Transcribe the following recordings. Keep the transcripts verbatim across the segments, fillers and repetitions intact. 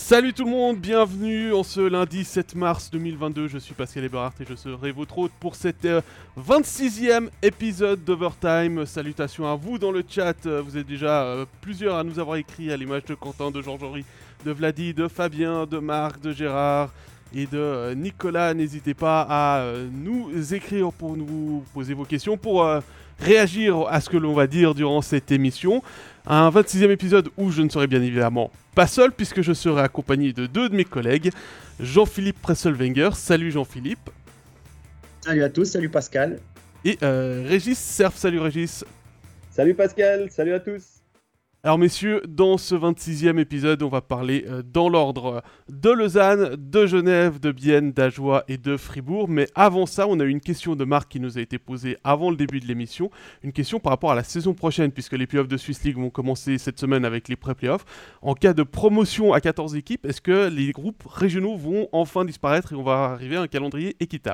Salut tout le monde, bienvenue en ce lundi sept mars deux mille vingt-deux, je suis Pascal Eberhardt et je serai votre hôte pour cet euh, vingt-sixième épisode d'Overtime. Salutations à vous dans le chat, vous êtes déjà euh, plusieurs à nous avoir écrit à l'image de Quentin, de Jean-Jory, de Vladi, de Fabien, de Marc, de Gérard et de euh, Nicolas. N'hésitez pas à euh, nous écrire pour nous poser vos questions, pour euh, réagir à ce que l'on va dire durant cette émission. Un vingt-sixième épisode où je ne serai bien évidemment pas seul, puisque je serai accompagné de deux de mes collègues, Jean-Philippe Presselwenger. Salut Jean-Philippe. Salut à tous, salut Pascal. Et euh, Régis Cerf. Salut Régis. Salut Pascal, salut à tous. Alors messieurs, dans ce vingt-sixième épisode, on va parler euh, dans l'ordre de Lausanne, de Genève, de Bienne, d'Ajoie et de Fribourg. Mais avant ça, on a eu une question de Marc qui nous a été posée avant le début de l'émission. Une question par rapport à la saison prochaine, puisque les playoffs de Swiss League vont commencer cette semaine avec les pré-playoffs. En cas de promotion à quatorze équipes, est-ce que les groupes régionaux vont enfin disparaître et on va arriver à un calendrier équitable ?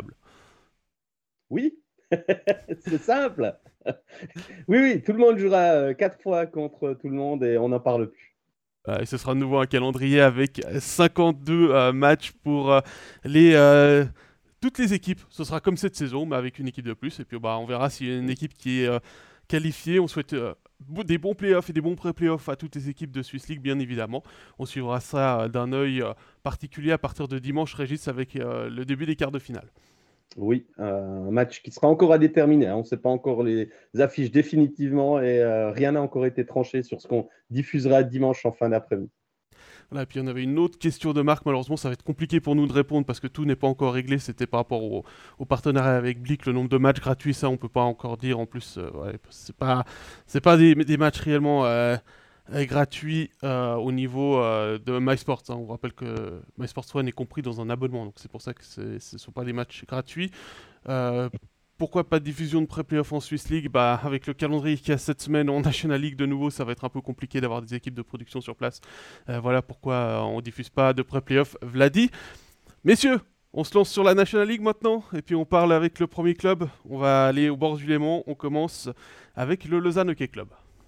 Oui, c'est simple. Oui, oui, tout le monde jouera quatre fois contre tout le monde et on n'en parle plus. Euh, et ce sera de nouveau un calendrier avec cinquante-deux euh, matchs pour euh, les, euh, toutes les équipes. Ce sera comme cette saison, mais avec une équipe de plus. Et puis bah, on verra s'il y a une équipe qui est euh, qualifiée. On souhaite euh, des bons playoffs et des bons pré-playoffs à toutes les équipes de Swiss League, bien évidemment. On suivra ça euh, d'un œil euh, particulier à partir de dimanche, Régis, avec euh, le début des quarts de finale. Oui, euh, un match qui sera encore à déterminer. Hein. On ne sait pas encore les affiches définitivement et euh, rien n'a encore été tranché sur ce qu'on diffusera dimanche en fin d'après-midi. Voilà, et puis on avait une autre question de Marc, malheureusement ça va être compliqué pour nous de répondre parce que tout n'est pas encore réglé, c'était par rapport au, au partenariat avec Blick, le nombre de matchs gratuits, ça on peut pas encore dire, en plus euh, ouais, c'est pas, c'est pas des, des matchs réellement euh, gratuits euh, au niveau euh, de MySports, hein. On vous rappelle que MySports One est compris dans un abonnement, donc c'est pour ça que ce ne sont pas des matchs gratuits. Euh, Pourquoi pas de diffusion de pré-playoff en Swiss League ? Bah, avec le calendrier qu'il y a cette semaine en National League de nouveau, ça va être un peu compliqué d'avoir des équipes de production sur place. Euh, voilà pourquoi euh, on diffuse pas de pré-playoff, Vladi. Messieurs, on se lance sur la National League maintenant, et puis on parle avec le premier club. On va aller au bord du Léman, on commence avec le Lausanne Hockey Club.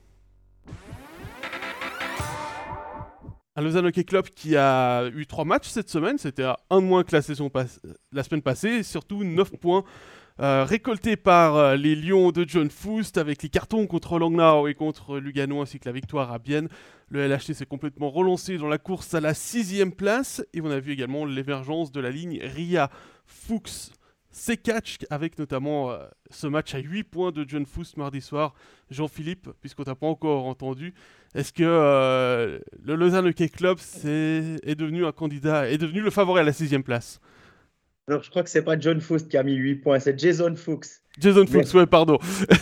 Un Lausanne Hockey Club qui a eu trois matchs cette semaine, c'était un de moins que la, saison pas- la semaine passée, et surtout neuf points Euh, récolté par euh, les Lions de John Foust avec les cartons contre Langnau et contre Lugano ainsi que la victoire à Bienne. Le L H C s'est complètement relancé dans la course à la sixième place et on a vu également l'émergence de la ligne Ria Fuchs Sekatch avec notamment euh, ce match à huit points de John Foust mardi soir. Jean-Philippe, puisqu'on t'a pas encore entendu, est-ce que euh, le Lausanne Hockey Club c'est, est devenu un candidat, est devenu le favori à la sixième place ? Alors, je crois que c'est pas John Fuchs qui a mis huit points, c'est Jason Fuchs. Jason Fuchs, Mais... ouais, pardon.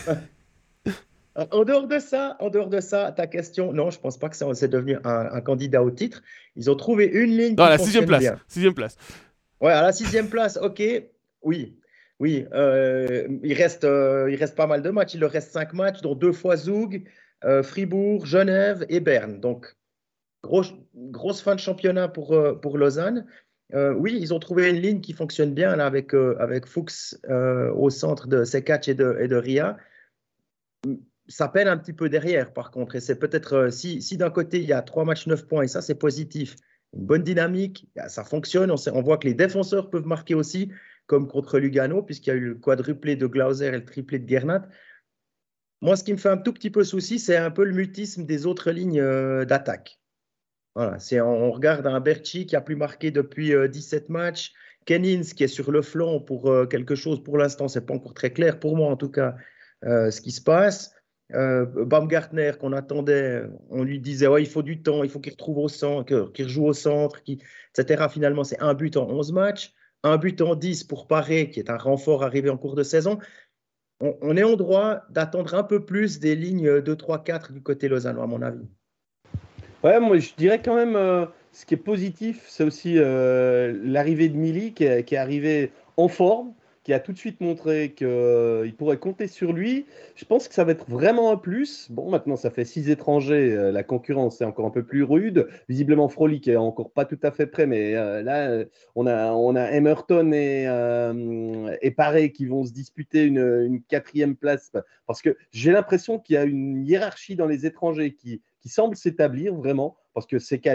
En dehors de ça, en dehors de ça, ta question, non, je pense pas que ça c'est devenu un, un candidat au titre. Ils ont trouvé une ligne Non, qui la fonctionne sixième place. bien. Sixième place. Ouais, à la sixième place, ok. Oui, oui. Euh, il reste, euh, il reste pas mal de matchs. Il leur reste cinq matchs, dont deux fois Zoug, euh, Fribourg, Genève et Berne. Donc, grosse, grosse fin de championnat pour, euh, pour Lausanne. Euh, oui, ils ont trouvé une ligne qui fonctionne bien là, avec, euh, avec Fuchs euh, au centre de Sekatch et de, et de Ria. Ça peine un petit peu derrière, par contre. Et c'est peut-être, euh, si, si d'un côté, il y a trois matchs, neuf points, et ça, c'est positif, une bonne dynamique, ça fonctionne. On, sait, on voit que les défenseurs peuvent marquer aussi, comme contre Lugano, puisqu'il y a eu le quadruplé de Glauser et le triplé de Gernat. Moi, ce qui me fait un tout petit peu souci, c'est un peu le mutisme des autres lignes euh, d'attaque. Voilà, c'est, on regarde un Berchi qui a plus marqué depuis euh, dix-sept matchs, Kennins qui est sur le flanc pour euh, quelque chose, pour l'instant, c'est pas encore très clair, pour moi en tout cas, euh, ce qui se passe. Euh, Baumgartner qu'on attendait, on lui disait ouais, il faut du temps, il faut qu'il retrouve au centre, qu'il rejoue au centre, qu'il... et cetera. Finalement, c'est un but en onze matchs, un but en dix pour Paré, qui est un renfort arrivé en cours de saison. On, on est en droit d'attendre un peu plus des lignes deux, trois, quatre du côté lausannois, à mon avis. Ouais, moi je dirais quand même, euh, ce qui est positif, c'est aussi euh, l'arrivée de Milik qui est, qui est arrivé en forme, qui a tout de suite montré qu'il euh, pourrait compter sur lui. Je pense que ça va être vraiment un plus. Bon, maintenant ça fait six étrangers, euh, la concurrence est encore un peu plus rude. Visiblement, Frolic est encore pas tout à fait prêt, mais euh, là, euh, on a, on a Emerton et, euh, et Paré qui vont se disputer une, une quatrième place. Parce que j'ai l'impression qu'il y a une hiérarchie dans les étrangers qui qui semble s'établir vraiment, parce que Sekatch,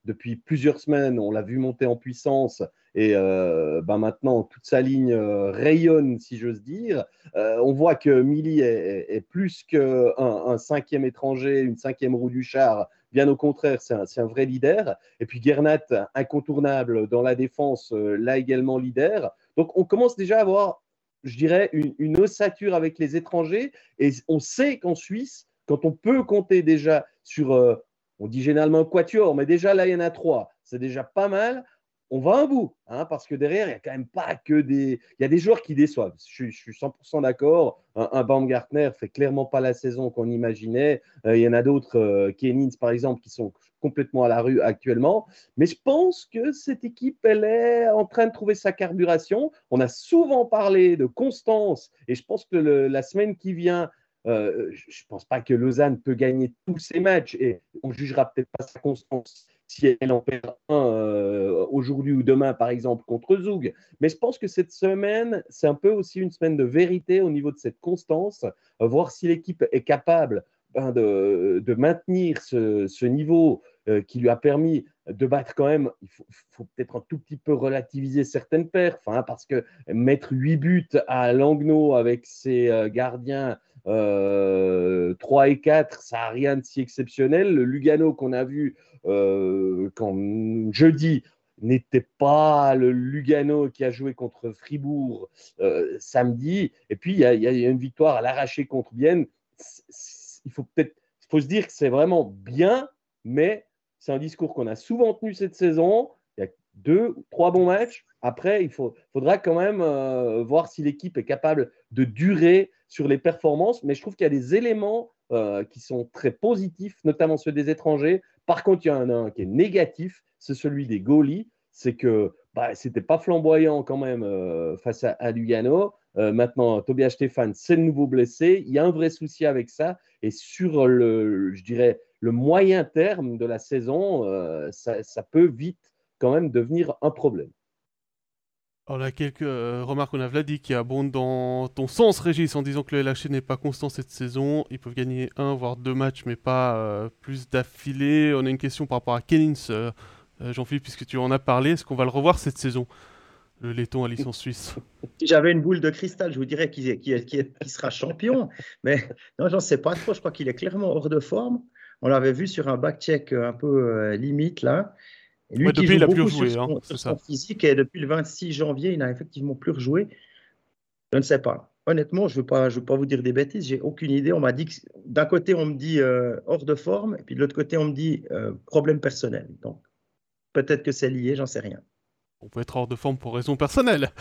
depuis plusieurs semaines. On l'a vu monter en puissance et euh, ben maintenant, toute sa ligne euh, rayonne, si j'ose dire. Euh, on voit que Milik est, est, est plus qu'un un cinquième étranger, une cinquième roue du char. Bien au contraire, c'est un, c'est un vrai leader. Et puis Gernat, incontournable dans la défense, euh, là également leader. Donc on commence déjà à avoir, je dirais, une, une ossature avec les étrangers. Et on sait qu'en Suisse, quand on peut compter déjà sur, euh, on dit généralement un quatuor, mais déjà là, il y en a trois. C'est déjà pas mal. On va un bout, hein, parce que derrière, il n'y a quand même pas que des… Il y a des joueurs qui déçoivent. Je, je suis cent pour cent d'accord. Un, un Baumgartner ne fait clairement pas la saison qu'on imaginait. Euh, il y en a d'autres, euh, Kenins par exemple, qui sont complètement à la rue actuellement. Mais je pense que cette équipe, elle est en train de trouver sa carburation. On a souvent parlé de constance et je pense que le, la semaine qui vient, euh, je ne pense pas que Lausanne peut gagner tous ses matchs et on ne jugera peut-être pas sa constance si elle en perd un euh, aujourd'hui ou demain, par exemple, contre Zug. Mais je pense que cette semaine, c'est un peu aussi une semaine de vérité au niveau de cette constance, euh, voir si l'équipe est capable ben, de, de maintenir ce, ce niveau euh, qui lui a permis de battre quand même, il faut, faut peut-être un tout petit peu relativiser certaines perfs, hein, parce que mettre huit buts à Langnau avec ses euh, gardiens euh, trois et quatre, ça n'a rien de si exceptionnel. Le Lugano qu'on a vu euh, quand jeudi n'était pas le Lugano qui a joué contre Fribourg euh, samedi. Et puis, il y, y a une victoire à l'arraché contre Bienne. C'est, c'est, il faut peut-être il faut se dire que c'est vraiment bien, mais c'est un discours qu'on a souvent tenu cette saison. Il y a deux ou trois bons matchs. Après, il faut, faudra quand même euh, voir si l'équipe est capable de durer sur les performances. Mais je trouve qu'il y a des éléments euh, qui sont très positifs, notamment ceux des étrangers. Par contre, il y en a un qui est négatif, c'est celui des goalies. C'est que bah, ce n'était pas flamboyant quand même euh, face à, à Lugano. Euh, maintenant, Tobias Stephan, c'est le nouveau blessé. Il y a un vrai souci avec ça. Et sur le, je dirais, le moyen terme de la saison, euh, ça, ça peut vite quand même devenir un problème. On a quelques euh, remarques. On a Vladi qui abonde dans ton sens, Régis, en disant que le L H C n'est pas constant cette saison. Ils peuvent gagner un, voire deux matchs, mais pas euh, plus d'affilée. On a une question par rapport à Kenins, euh, euh, Jean-Philippe, puisque tu en as parlé. Est-ce qu'on va le revoir cette saison, le laiton à licence suisse? Si j'avais une boule de cristal, je vous dirais qu'il, qu'il, qu'il, qu'il sera champion. Mais non, j'en sais pas trop. Je crois qu'il est clairement hors de forme. On l'avait vu sur un back-check un peu euh, limite, là. Et lui ouais, qui depuis, joue il a beaucoup plus sur rejoué, son, hein, sur c'est son ça. physique, et depuis le vingt-six janvier, il n'a effectivement plus rejoué. Je ne sais pas. Honnêtement, je ne veux pas, je veux pas vous dire des bêtises, j'ai aucune idée. On m'a dit que d'un côté, on me dit euh, hors de forme, et puis de l'autre côté, on me dit euh, problème personnel. Donc, peut-être que c'est lié, j'en sais rien. On peut être hors de forme pour raison personnelle.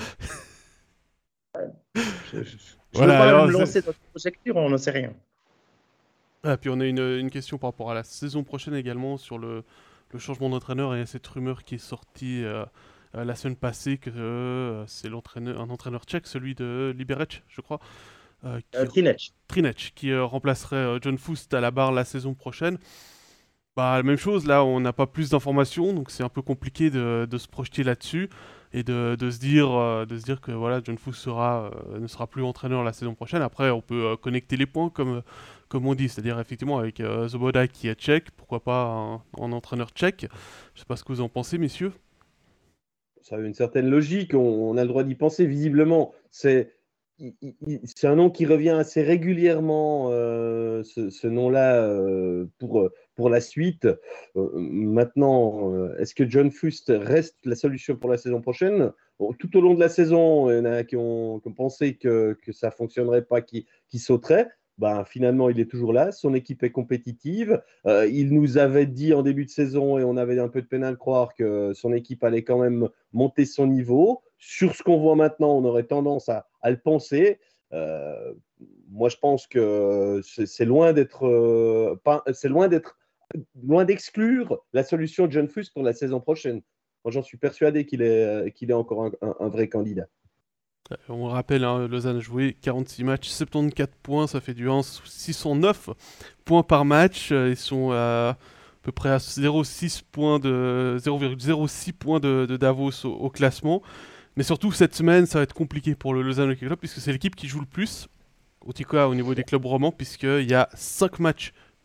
Je ne Voilà, veux pas alors, me c'est- lancer dans une conjecture, on n'en sait rien. Ah, puis on a une, une question par rapport à la saison prochaine également sur le, le changement d'entraîneur et cette rumeur qui est sortie euh, euh, la semaine passée que euh, c'est l'entraîneur, un entraîneur tchèque, celui de Liberec, je crois, euh, qui, Euh, Trinec. Trinec, qui euh, remplacerait euh, John Foust à la barre la saison prochaine. Bah, la même chose, là on n'a pas plus d'informations, donc c'est un peu compliqué de, de se projeter là-dessus et de, de se dire, euh, de se dire que voilà, John Foust sera, euh, ne sera plus entraîneur la saison prochaine. Après, on peut euh, connecter les points comme, comme on dit, c'est-à-dire effectivement avec euh, Zoboda qui est tchèque, pourquoi pas un, un entraîneur tchèque. Je sais pas ce que vous en pensez, messieurs. Ça a une certaine logique, on, on a le droit d'y penser. Visiblement, c'est, il- il- c'est un nom qui revient assez régulièrement, euh, ce, ce nom-là, euh, pour, pour la suite. Euh, maintenant, euh, est-ce que John Fust reste la solution pour la saison prochaine? Bon, tout au long de la saison, il y en a qui ont, qui ont pensé que, que ça ne fonctionnerait pas, qui, qui sauteraient. Ben, finalement, il est toujours là, son équipe est compétitive. Euh, il nous avait dit en début de saison, et on avait un peu de peine à le croire, que son équipe allait quand même monter son niveau. Sur ce qu'on voit maintenant, on aurait tendance à, à le penser. Euh, moi, je pense que c'est, c'est loin d'être, euh, pas, c'est loin d'être, loin d'exclure la solution de John Fuss pour la saison prochaine. Moi, j'en suis persuadé qu'il est, qu'il est encore un, un, un vrai candidat. On rappelle, hein, Lausanne a joué quarante-six matchs, soixante-quatorze points, ça fait du un virgule six cent neuf points par match. Ils sont à, à peu près à zéro virgule six points de, zéro virgule zéro six points de, de Davos au, au classement. Mais surtout, cette semaine, ça va être compliqué pour le Lausanne Hockey Club, puisque c'est l'équipe qui joue le plus, au T K A au niveau des clubs romans, puisqu'il y a cinq matchs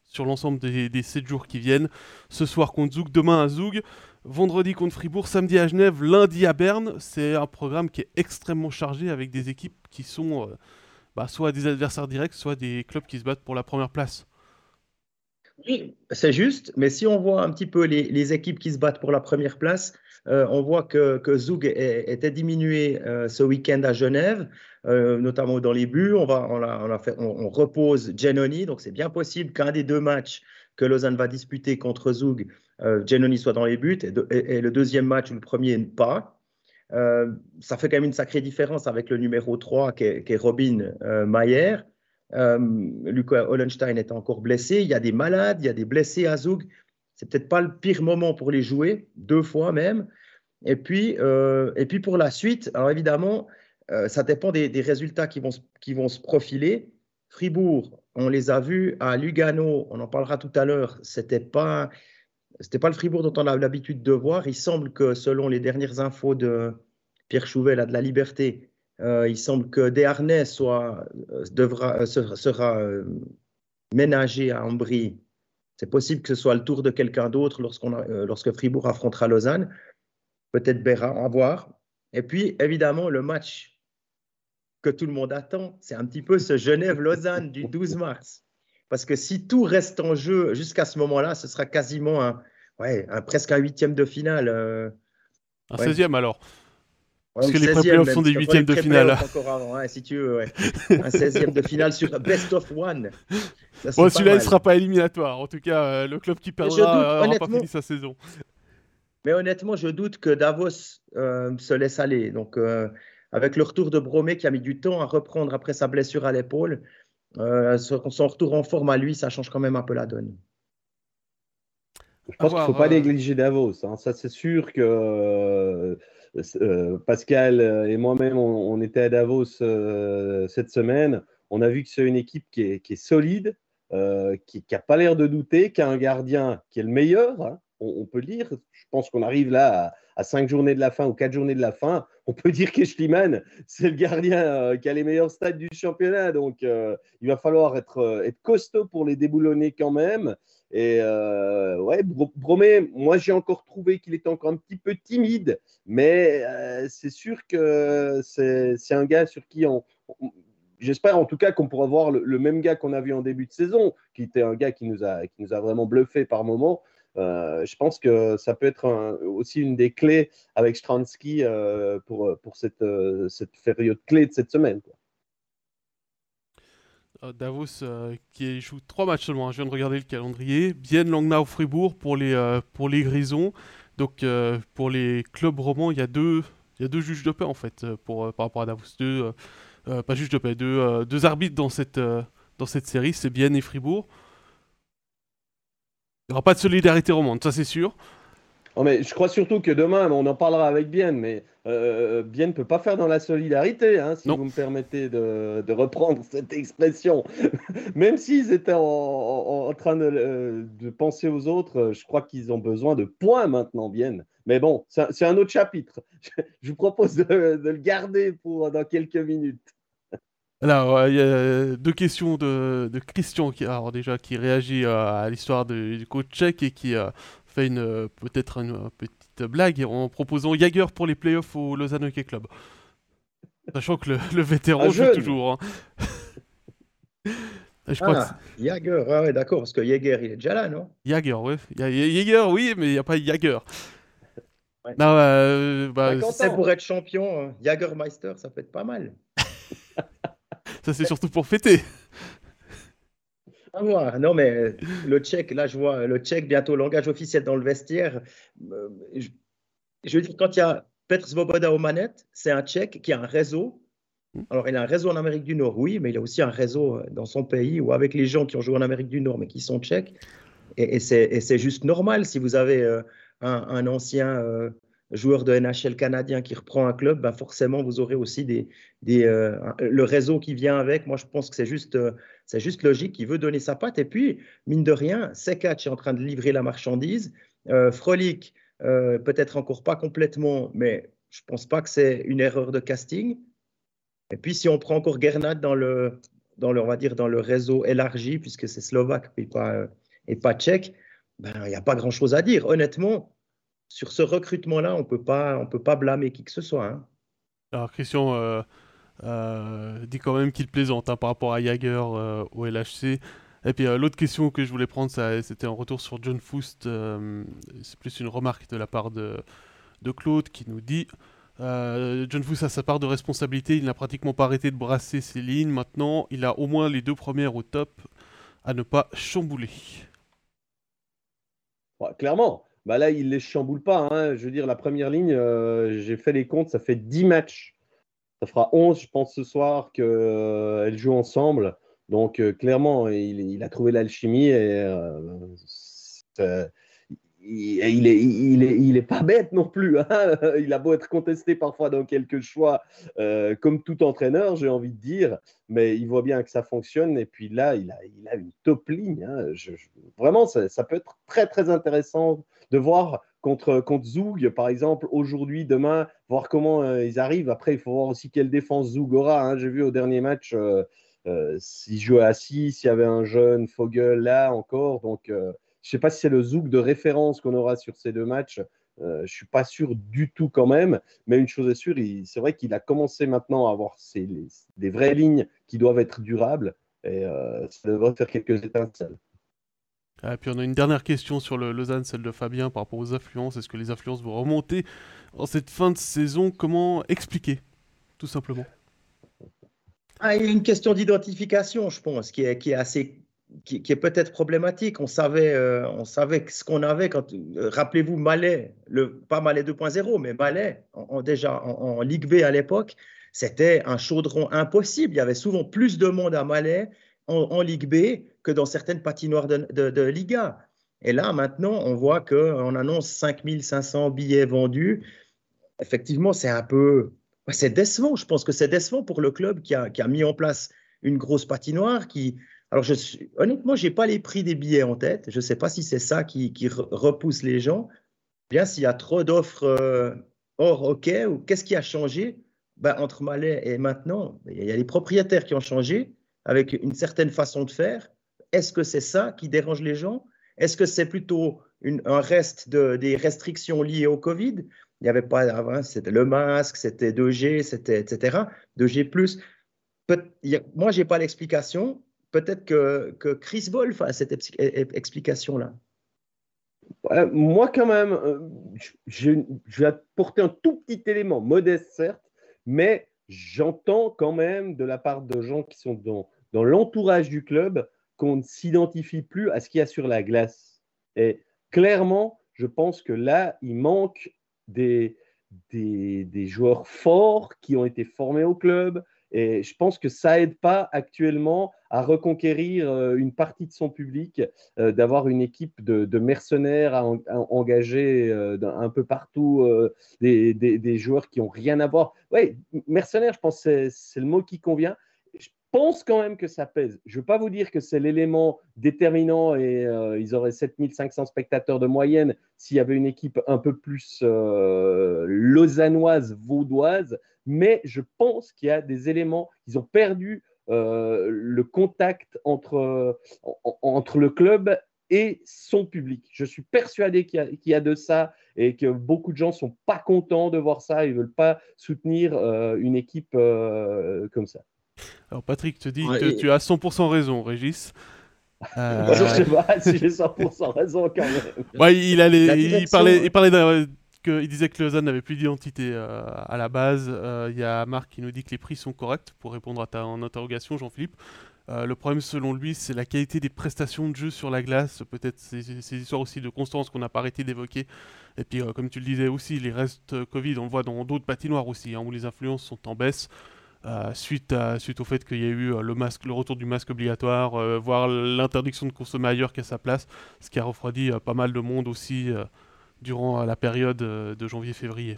sur l'ensemble des, des sept jours qui viennent. Ce soir contre Zoug, demain à Zoug, vendredi contre Fribourg, samedi à Genève, lundi à Berne. C'est un programme qui est extrêmement chargé avec des équipes qui sont euh, bah, soit des adversaires directs, soit des clubs qui se battent pour la première place. Oui, c'est juste, mais si on voit un petit peu les, les équipes qui se battent pour la première place, euh, on voit que, que Zoug est- était diminué euh, ce week-end à Genève, euh, notamment dans les buts. On, va, on, a, on, a fait, on, on repose Giannoni, donc c'est bien possible qu'un des deux matchs que Lausanne va disputer contre Zoug, euh, Giannoni soit dans les buts, et, de- et- et le deuxième match ou le premier pas. Euh, ça fait quand même une sacrée différence avec le numéro trois qui est, qui est Robin euh, Mayer. Euh, Luca Hollenstein est encore blessé. Il y a des malades, il y a des blessés à Zoug. C'est peut-être pas le pire moment pour les jouer, deux fois même. Et puis, euh, et puis pour la suite, alors évidemment, euh, ça dépend des, des résultats qui vont, se- qui vont se profiler. Fribourg, on les a vus à Lugano, on en parlera tout à l'heure. C'était pas, c'était pas le Fribourg dont on a l'habitude de voir. Il semble que, selon les dernières infos de Pierre Chouvet, là, de la Liberté, euh, il semble que Desharnais soit, euh, devra, euh, sera, sera, euh, ménagé à Ambry. C'est possible que ce soit le tour de quelqu'un d'autre lorsqu'on a- euh, lorsque Fribourg affrontera Lausanne. Peut-être Béra, à voir. Et puis, évidemment, le match que tout le monde attend, c'est un petit peu ce Genève-Lausanne du douze mars. Parce que si tout reste en jeu jusqu'à ce moment-là, ce sera quasiment un, ouais, un- presque un huitième de finale. euh, Un ouais. seizième alors. Ouais, Parce ou que les seizième pré-playoffs même, sont des parce qu'après les huitièmes de finale. pré-playoffs encore avant, hein, si tu veux. Ouais. Un seizième de finale sur Best of One. Ça, Bon, c'est pas celui-là, il ne mal. sera pas éliminatoire. En tout cas, euh, le club qui Mais je doute, perdra n'aura pas honnêtement, fini sa saison. mais honnêtement, je doute que Davos euh, se laisse aller. Donc, euh, avec le retour de Bromé qui a mis du temps à reprendre après sa blessure à l'épaule, euh, son son retour en forme à lui, ça change quand même un peu la donne. Je À pense qu'il ne faut voir. pas euh, négliger Davos, hein. Ça, c'est sûr que euh, euh, Pascal et moi-même, on, on était à Davos euh, cette semaine. On a vu que c'est une équipe qui est, qui est solide, euh, qui n'a pas l'air de douter, qui a un gardien qui est le meilleur, hein. On, on peut le dire. Je pense qu'on arrive là à, à cinq journées de la fin ou quatre journées de la fin. On peut dire que Schliemann, c'est le gardien euh, qui a les meilleurs stats du championnat. Donc, euh, il va falloir être, euh, être costaud pour les déboulonner quand même. Et euh, ouais, Bro- Bromé, moi j'ai encore trouvé qu'il était encore un petit peu timide, mais euh, c'est sûr que c'est c'est un gars sur qui on, on- j'espère en tout cas qu'on pourra voir le, le même gars qu'on a vu en début de saison, qui était un gars qui nous a, qui nous a vraiment bluffé par moment. Euh, je pense que ça peut être un- aussi une des clés avec Stransky euh, pour, pour cette, euh, cette période clé de cette semaine, quoi. euh, Davos euh, qui joue trois matchs seulement, hein. Je viens de regarder le calendrier. Bienne, Langnau, Fribourg pour les, euh, pour les Grisons. Donc euh, pour les clubs romans, il y a deux, il y a deux juges de paix en fait euh, pour, euh, par rapport à Davos. Deux, euh, euh, pas juges de paix, deux, euh, deux arbitres dans cette, euh, dans cette série, c'est Bienne et Fribourg. Il n'y aura pas de solidarité romande, ça c'est sûr. Non, mais je crois surtout que demain, on en parlera avec Bienne, mais euh, Bienne ne peut pas faire dans la solidarité, hein, si Non. vous me permettez de, de reprendre cette expression. Même s'ils étaient en, en- en train de, euh, de penser aux autres, euh, je crois qu'ils ont besoin de points maintenant, Bienne. Mais bon, c'est un, c'est un autre chapitre. Je, je vous propose de, de le garder pour dans quelques minutes. Alors, euh, il y a deux questions de, de Christian qui, alors déjà, qui réagit euh, à l'histoire de- du coach tchèque et qui euh, fait une euh, peut-être une, euh, petite blague en proposant Jaeger pour les playoffs au Lausanne Hockey Club. Sachant que le, le Un vétéran joue jeune. toujours, hein. Et je crois que c'est- Ah, Jaeger, ah ouais, d'accord, parce que Jaeger, il est déjà là, non? Jaeger, ouais. Il y a Jaeger, oui, mais il n'y a pas Jaeger. Ouais. Non, euh, bah, cinquante C'est ans. pour être champion, euh, Jagermeister, ça peut être pas mal. ça c'est surtout pour fêter. À voir. Non, mais euh, le Tchèque, là, je vois le Tchèque bientôt langage officiel dans le vestiaire. Euh, je, je veux dire, quand il y a Petr Svoboda aux manettes, c'est un Tchèque qui a un réseau. Alors, il a un réseau en Amérique du Nord, oui, mais il a aussi un réseau euh, dans son pays ou avec les gens qui ont joué en Amérique du Nord, mais qui sont tchèques. Et, et c'est et c'est juste normal si vous avez euh, un, un ancien euh, joueur de N H L canadien qui reprend un club, ben forcément, vous aurez aussi des, des, euh, un- le réseau qui vient avec. Moi, je pense que c'est juste, euh, c'est juste logique. Il veut donner sa patte. Et puis, mine de rien, Sekac est en train de livrer la marchandise. Euh, Frolic, euh, peut-être encore pas complètement, mais je pense pas que c'est une erreur de casting. Et puis, si on prend encore Gernat dans le, dans le, on va dire, dans le réseau élargi, puisque c'est slovaque, puis pas, euh, et pas tchèque, ben, il n'y a pas grand-chose à dire. Honnêtement, sur ce recrutement-là, on peut pas, on peut pas blâmer qui que ce soit. Hein. Alors, Christian euh, euh, dit quand même qu'il plaisante hein, par rapport à Jagger euh, au L H C. Et puis, euh, l'autre question que je voulais prendre, ça, c'était un retour sur John Foust. Euh, c'est plus une remarque de la part de, de Claude qui nous dit euh, John Foust a sa part de responsabilité. Il n'a pratiquement pas arrêté de brasser ses lignes. Maintenant, il a au moins les deux premières au top à ne pas chambouler. Ouais, clairement. Bah là, il ne les chamboule pas. Hein. Je veux dire, la première ligne, euh, j'ai fait les comptes, ça fait dix matchs. Ça fera onze, je pense, ce soir qu'elles euh, jouent ensemble. Donc, euh, clairement, il, il, a trouvé l'alchimie et euh, il, il, est, il, est, il est pas bête non plus. Hein. Il a beau être contesté parfois dans quelques choix, euh, comme tout entraîneur, j'ai envie de dire, mais il voit bien que ça fonctionne. Et puis là, il a, il a une top ligne. Hein. Je, je, vraiment, ça, ça peut être très, très intéressant de voir contre, contre Zoug, par exemple, aujourd'hui, demain, voir comment euh, ils arrivent. Après, il faut voir aussi quelle défense Zoug aura. Hein. J'ai vu au dernier match, euh, euh, s'il jouait à six, s'il y avait un jeune Fogel là encore. Donc, euh, je ne sais pas si c'est le Zoug de référence qu'on aura sur ces deux matchs. Euh, je ne suis pas sûr du tout quand même. Mais une chose est sûre, il, c'est vrai qu'il a commencé maintenant à avoir ces, les, des vraies lignes qui doivent être durables. Et euh, ça devrait faire quelques étincelles. Et puis on a une dernière question sur le Lausanne, celle de Fabien par rapport aux affluences. Est-ce que les affluences vont remonter en cette fin de saison? Comment expliquer, tout simplement? Ah, il y a une question d'identification, je pense, qui est, qui est assez, qui, qui est peut-être problématique. On savait, euh, on savait ce qu'on avait quand. Euh, rappelez-vous Malais, le, pas Malais deux point zéro, mais Malais, en, en, déjà en, en Ligue B à l'époque, c'était un chaudron impossible. Il y avait souvent plus de monde à Malais en, en Ligue B que dans certaines patinoires de, de, de Liga. Et là, maintenant, on voit qu'on annonce cinq mille cinq cents billets vendus. Effectivement, c'est un peu. C'est décevant. Je pense que c'est décevant pour le club qui a, qui a mis en place une grosse patinoire. Qui... Alors, je suis... honnêtement, je n'ai pas les prix des billets en tête. Je ne sais pas si c'est ça qui, qui repousse les gens. Bien, s'il y a trop d'offres euh, hors hockey, ou qu'est-ce qui a changé ben, entre Malais et maintenant? Il y a les propriétaires qui ont changé avec une certaine façon de faire. Est-ce que c'est ça qui dérange les gens? Est-ce que c'est plutôt une, un reste de, des restrictions liées au Covid? Il n'y avait pas avant, c'était le masque, c'était deux G, c'était et cetera. deux G plus. Peut, a, moi, je n'ai pas l'explication. Peut-être que, que Chris Wolf a cette explication-là. Ouais, moi, quand même, euh, je, je vais apporter un tout petit élément, modeste certes, mais j'entends quand même de la part de gens qui sont dans, dans l'entourage du club qu'on ne s'identifie plus à ce qu'il y a sur la glace. Et clairement, je pense que là, il manque des, des, des joueurs forts qui ont été formés au club. Et je pense que ça aide pas actuellement à reconquérir euh, une partie de son public, euh, d'avoir une équipe de, de mercenaires à, en, à engager euh, un peu partout, euh, des, des, des joueurs qui n'ont rien à voir. Oui, mercenaires, je pense que c'est, c'est le mot qui convient. Je pense quand même que ça pèse. Je ne veux pas vous dire que c'est l'élément déterminant et euh, ils auraient sept mille cinq cents spectateurs de moyenne s'il y avait une équipe un peu plus euh, lausannoise, vaudoise, mais je pense qu'il y a des éléments, ils ont perdu euh, le contact entre, en, entre le club et son public. Je suis persuadé qu'il y a, qu'il y a de ça et que beaucoup de gens ne sont pas contents de voir ça, ils ne veulent pas soutenir euh, une équipe euh, comme ça. Alors Patrick te dit Ouais, que et... tu as cent pour cent raison, Régis. Euh... Je ne sais pas si j'ai cent pour cent raison quand même. Ouais, il, allait, direction... il parlait, il parlait d'un... Que, il disait que Lausanne n'avait plus d'identité euh, à la base. Il euh, y a Marc qui nous dit que les prix sont corrects, pour répondre à ta en interrogation, Jean-Philippe. Euh, le problème, selon lui, c'est la qualité des prestations de jeu sur la glace. Peut-être ces, ces histoires aussi de constance qu'on n'a pas arrêté d'évoquer. Et puis, euh, comme tu le disais aussi, les restes euh, Covid, on le voit dans d'autres patinoires aussi, hein, où les influences sont en baisse. Euh, suite, à, suite au fait qu'il y a eu euh, le, masque, le retour du masque obligatoire, euh, voire l'interdiction de consommer ailleurs qu'à sa place, ce qui a refroidi euh, pas mal de monde aussi euh, durant la période de janvier-février.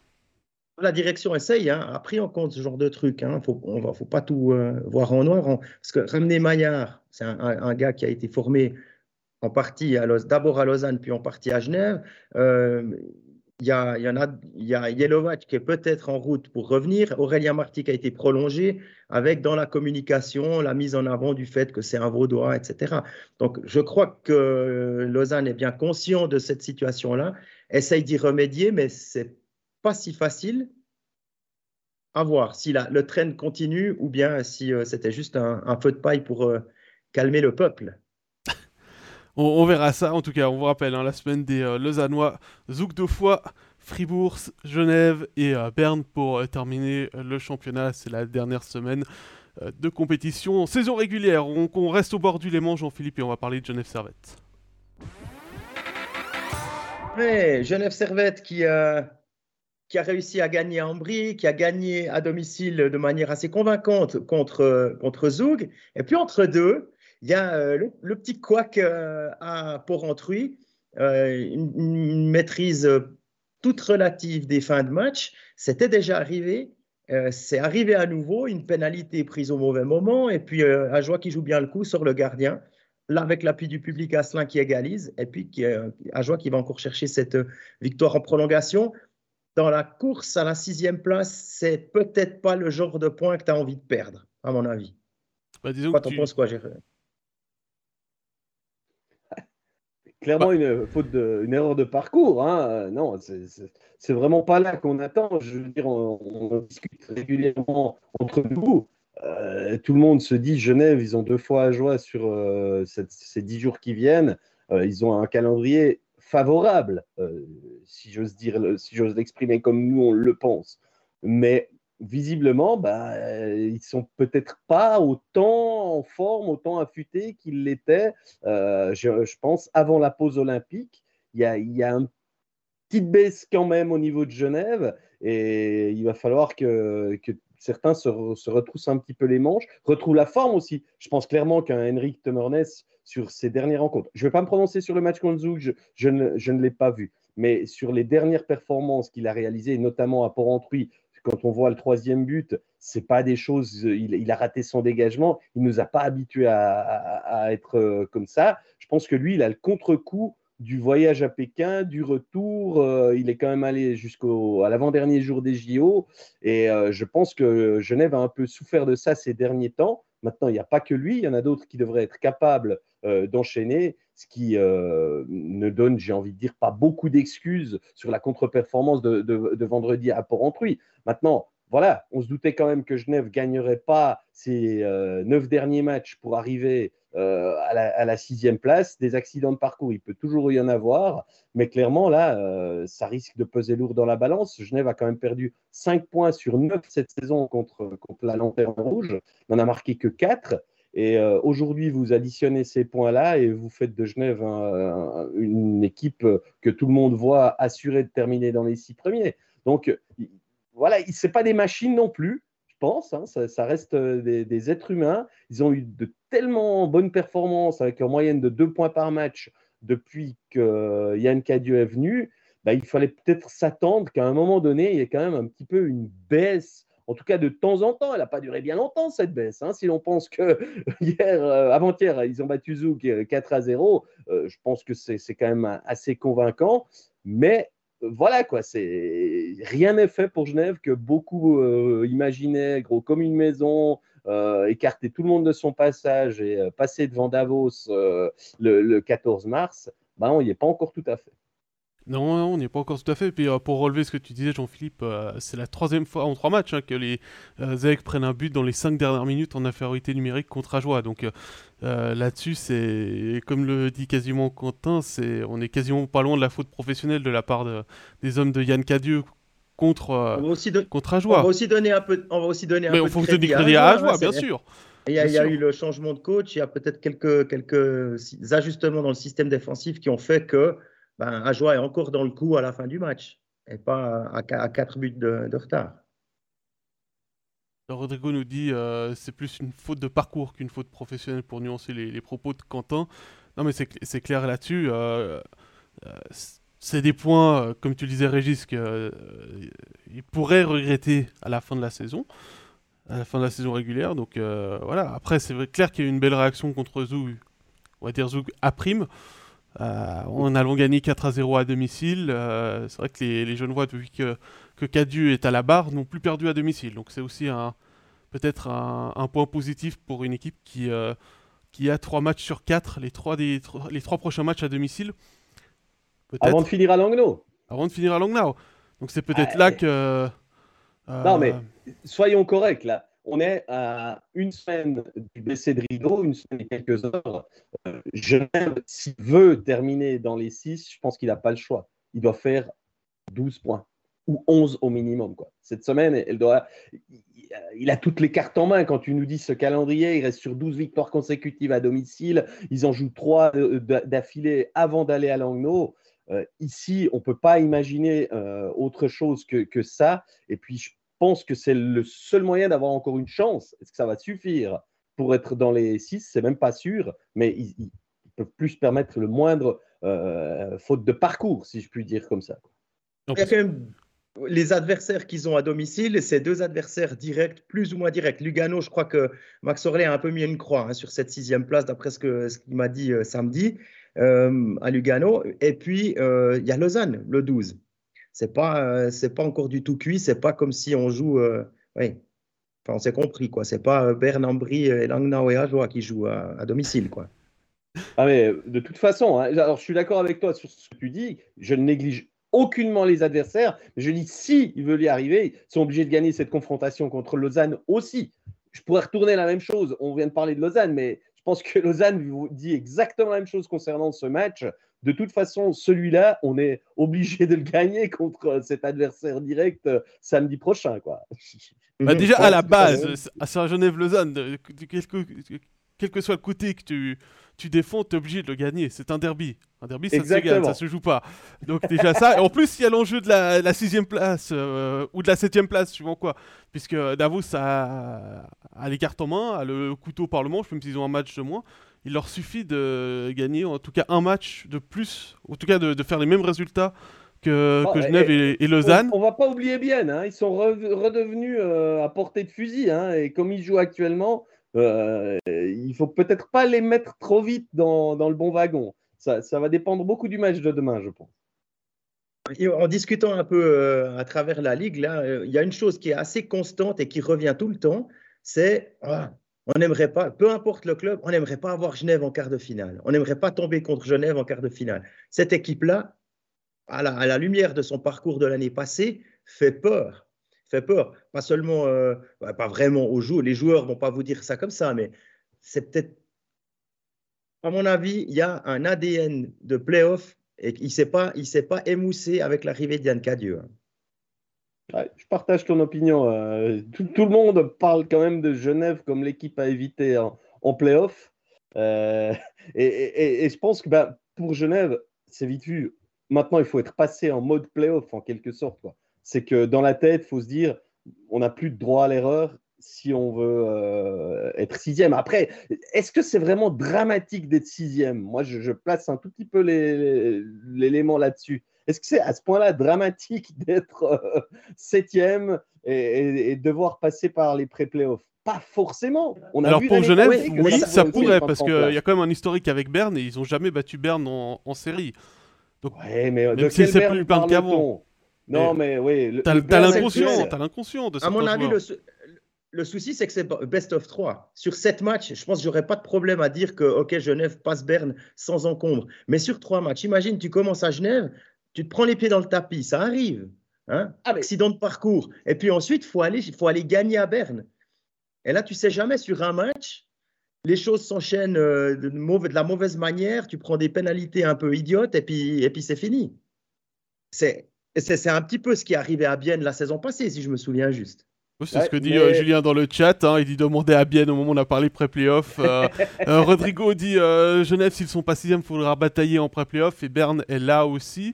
La direction essaye, hein, a pris en compte ce genre de truc. Il hein. ne faut, faut pas tout euh, voir en noir. En, parce que ramener Maillard, c'est un, un, un gars qui a été formé en partie, à d'abord à Lausanne, puis en partie à Genève. Euh, il y, a, il y en a, il y a Yelovac qui est peut-être en route pour revenir. Aurélien Marty qui a été prolongé avec dans la communication la mise en avant du fait que c'est un Vaudois, et cetera. Donc, je crois que Lausanne est bien conscient de cette situation-là, essaye d'y remédier, mais c'est pas si facile. À voir si la, le train continue ou bien si euh, c'était juste un, un feu de paille pour euh, calmer le peuple. On, on verra ça, en tout cas, on vous rappelle, hein, la semaine des euh, Lausannois, Zouk deux fois, Fribourg, Genève et euh, Berne pour euh, terminer euh, le championnat. C'est la dernière semaine euh, de compétition en saison régulière. On, on reste au bord du Léman, Jean-Philippe, et on va parler de Genève Servette. Ouais, Genève Servette qui, euh, qui a réussi à gagner à Ambry, qui a gagné à domicile de manière assez convaincante contre, contre Zoug. Et puis entre deux, il y a euh, le, le petit couac euh, à Porrentruy, euh, une, une maîtrise toute relative des fins de match. C'était déjà arrivé. Euh, c'est arrivé à nouveau, une pénalité prise au mauvais moment. Et puis euh, Ajoie qui joue bien le coup sur le gardien. Là, avec l'appui du public, Asselin qui égalise. Et puis qui, euh, Ajoie qui va encore chercher cette euh, victoire en prolongation. Dans la course à la sixième place, c'est peut-être pas le genre de point que tu as envie de perdre, à mon avis. Bah, disons Toi, que t'en tu... penses quoi, Gérard? Clairement, Bah. une faute de, une erreur de parcours. Hein. Non, c'est, c'est, c'est vraiment pas là qu'on attend. Je veux dire, on, on discute régulièrement entre nous. Euh, tout le monde se dit Genève, ils ont deux fois à jouer sur euh, cette, ces dix jours qui viennent. Euh, ils ont un calendrier favorable, euh, si j'ose dire, si j'ose l'exprimer comme nous on le pense. Mais visiblement, bah, euh, ils sont peut-être pas autant en forme, autant affûtés qu'ils l'étaient, euh, je, je pense, avant la pause olympique. Il y a, il y a une petite baisse quand même au niveau de Genève et il va falloir que, que certains se, se retroussent un petit peu les manches, retrouvent la forme aussi. Je pense clairement qu'un Henrik Temernes sur ses dernières rencontres, je ne vais pas me prononcer sur le match contre Zoug, je, je, ne, je ne l'ai pas vu, mais sur les dernières performances qu'il a réalisées, notamment à Porrentruy, quand on voit le troisième but, c'est pas des choses. Il, il a raté son dégagement. Il nous a pas habitués à, à, à être comme ça. Je pense que lui, il a le contre-coup du voyage à Pékin, du retour. Euh, il est quand même allé jusqu'à l'avant-dernier jour des J O. Et euh, je pense que Genève a un peu souffert de ça ces derniers temps. Maintenant, il n'y a pas que lui. Il y en a d'autres qui devraient être capables euh, d'enchaîner, ce qui euh, ne donne, j'ai envie de dire, pas beaucoup d'excuses sur la contre-performance de, de, de vendredi à Porrentruy. Maintenant, voilà, on se doutait quand même que Genève ne gagnerait pas ses euh, neuf derniers matchs pour arriver euh, à, la, à la sixième place. Des accidents de parcours, il peut toujours y en avoir, mais clairement, là, euh, ça risque de peser lourd dans la balance. Genève a quand même perdu cinq points sur neuf cette saison contre, contre la Lanterne Rouge. On n'en a marqué que quatre. Et euh, aujourd'hui, vous additionnez ces points-là et vous faites de Genève un, un, une équipe que tout le monde voit assurée de terminer dans les six premiers. Donc, voilà, ce n'est pas des machines non plus, je pense. Hein, ça, ça reste des, des êtres humains. Ils ont eu de tellement bonnes performances avec une moyenne de deux points par match depuis que Yann Cadieux est venu. Bah, il fallait peut-être s'attendre qu'à un moment donné, il y ait quand même un petit peu une baisse. En tout cas, de temps en temps, elle n'a pas duré bien longtemps, cette baisse. Hein. Si l'on pense que hier, euh, avant-hier, ils ont battu Zouk quatre à zéro, euh, je pense que c'est, c'est quand même assez convaincant. Mais voilà, quoi, c'est... rien n'est fait pour Genève que beaucoup euh, imaginaient, gros, comme une maison, euh, écarter tout le monde de son passage et euh, passer devant Davos euh, le, le quatorze mars. Ben, on n'y est pas encore tout à fait. Non, non, on n'y est pas encore tout à fait. Et puis euh, pour relever ce que tu disais, Jean-Philippe, euh, c'est la troisième fois en trois matchs hein, que les euh, Zec prennent un but dans les cinq dernières minutes en infériorité numérique contre Ajoie. Donc euh, euh, là-dessus, c'est comme le dit quasiment Quentin, c'est on est quasiment pas loin de la faute professionnelle de la part de, des hommes de Yann Cadieux contre euh, on va aussi de... contre Ajoie. On va aussi donner un peu, on va aussi donner un Mais peu il faut de donner crédit crédit à Ajoie, hein, bien sûr. Il y a, bien il y a sûr. eu le changement de coach, il y a peut-être quelques, quelques ajustements dans le système défensif qui ont fait que ben, Ajoie est encore dans le coup à la fin du match et pas à, à quatre buts de, de retard. Rodrigo nous dit euh, c'est plus une faute de parcours qu'une faute professionnelle pour nuancer les, les propos de Quentin. Non mais c'est, c'est clair là-dessus. Euh, euh, c'est des points, euh, comme tu le disais Régis, qu'il euh, pourrait regretter à la fin de la saison, à la fin de la saison régulière. Donc euh, voilà. Après c'est clair qu'il y a eu une belle réaction contre Zoug, on va dire Zoug à prime. Euh, en allant gagner quatre à zéro à domicile. Euh, c'est vrai que les, les Genevois, depuis que, que Cadieux est à la barre, n'ont plus perdu à domicile. Donc c'est aussi un, peut-être un, un point positif pour une équipe qui, euh, qui a trois matchs sur quatre, les trois, des, les trois prochains matchs à domicile. Avant de finir à Langnau. Avant de finir à Langnau. Donc c'est peut-être Ah, là que... Euh... Non mais, soyons corrects là. On est à une semaine du baisser de rideau, une semaine et quelques heures. Euh, Genève, s'il veut terminer dans les six, je pense qu'il n'a pas le choix. Il doit faire douze points ou onze au minimum, quoi. Cette semaine, elle doit... il a toutes les cartes en main. Quand tu nous dis ce calendrier, il reste sur douze victoires consécutives à domicile. Ils en jouent trois d'affilée avant d'aller à Langnau. Euh, ici, on ne peut pas imaginer euh, autre chose que, que ça. Et puis, je Je pense que c'est le seul moyen d'avoir encore une chance. Est-ce que ça va suffire pour être dans les six? C'est même pas sûr, mais ils, ils peuvent plus se permettre le moindre euh, faute de parcours, si je puis dire comme ça. Il y a quand même les adversaires qu'ils ont à domicile, c'est deux adversaires directs, plus ou moins directs. Lugano, je crois que Max Orlé a un peu mis une croix hein, sur cette sixième place, d'après ce qu'il ce qu'il m'a dit euh, samedi euh, à Lugano. Et puis, euh, il y a Lausanne, le douze. C'est pas, euh, c'est pas encore du tout cuit. C'est pas comme si on joue. Euh, oui, enfin, on s'est compris quoi. C'est pas euh, Berne, Ambry et Langnau et Ajoie qui jouent à, à domicile quoi. Ah mais de toute façon, hein, alors je suis d'accord avec toi sur ce que tu dis. Je ne néglige aucunement les adversaires. Mais je dis si ils veulent y arriver, ils sont obligés de gagner cette confrontation contre Lausanne aussi. Je pourrais retourner la même chose. On vient de parler de Lausanne, mais je pense que Lausanne vous dit exactement la même chose concernant ce match. De toute façon, celui-là, on est obligé de le gagner contre cet adversaire direct euh, samedi prochain, quoi. Bah déjà, à la base, à Saint-Genève-Lausanne, quel que, quel que soit le côté que tu, tu défends, tu es obligé de le gagner. C'est un derby. Un derby, ça se gagne, ça se joue pas. Donc déjà ça. Et en plus, il y a l'enjeu de la, la sixième place euh, ou de la septième place, suivant quoi. Puisque Davos a, a les cartes en main, a le couteau par le manche, même s'ils ont un match de moins. Il leur suffit de gagner en tout cas un match de plus, en tout cas de, de faire les mêmes résultats que, bon, que Genève et, et, et Lausanne. On, on va pas oublier Bienne, hein, ils sont re, redevenus euh, à portée de fusil, hein, et comme ils jouent actuellement, euh, il faut peut-être pas les mettre trop vite dans, dans le bon wagon. Ça, ça va dépendre beaucoup du match de demain, je pense. Et en discutant un peu euh, à travers la ligue, là, euh, il y a une chose qui est assez constante et qui revient tout le temps, c'est ah, on n'aimerait pas, peu importe le club, on n'aimerait pas avoir Genève en quart de finale. On n'aimerait pas tomber contre Genève en quart de finale. Cette équipe-là, à la, à la lumière de son parcours de l'année passée, fait peur. Fait peur. Pas seulement, euh, bah, pas vraiment aux joueurs. Les joueurs vont pas vous dire ça comme ça, mais c'est peut-être, à mon avis, il y a un A D N de play-off et qu'il ne s'est pas, il s'est pas émoussé avec l'arrivée d'Yann Cadieux. Ouais, je partage ton opinion. Euh, tout, tout, le monde parle quand même de Genève comme l'équipe à éviter en, en play-off. Euh, et, et, et je pense que bah, pour Genève, c'est vite vu. Maintenant, il faut être passé en mode play-off en quelque sorte, quoi. C'est que dans la tête, il faut se dire, on n'a plus de droit à l'erreur si on veut euh, être sixième. Après, est-ce que c'est vraiment dramatique d'être sixième? Moi, je, je place un tout petit peu les, les, l'élément là-dessus. Est-ce que c'est à ce point-là dramatique d'être euh, septième et, et, et devoir passer par les pré-playoffs? Pas forcément. On a Alors vu pour Genève, passée, oui, ça, ça pourrait, parce qu'il y a quand même un historique avec Berne et ils n'ont jamais battu Berne en, en série. Donc, ouais, mais même de si quel c'est plus plein qu'avant. Non, mais, mais oui. T'as, t'as l'inconscient, t'as l'inconscient de À mon avis, le, le souci, c'est que c'est best of trois. Sur sept matchs, je pense que j'aurais pas de problème à dire que ok, Genève passe Berne sans encombre. Mais sur trois matchs, imagine, tu commences à Genève, tu te prends les pieds dans le tapis, ça arrive. Hein, ah, mais... Accident de parcours. Et puis ensuite, il faut aller, faut aller gagner à Berne. Et là, tu sais jamais, sur un match, les choses s'enchaînent de, de la mauvaise manière, tu prends des pénalités un peu idiotes et puis, et puis c'est fini. C'est, c'est, c'est un petit peu ce qui est arrivé à Bienne la saison passée, si je me souviens juste. C'est ouais, ce que dit mais... euh, Julien dans le chat. Hein, il dit demander à Bienne au moment où on a parlé pré-playoff. Euh, euh, Rodrigo dit euh, Genève, s'ils ne sont pas sixième, il faudra batailler en pré-playoff. Et Berne est là aussi.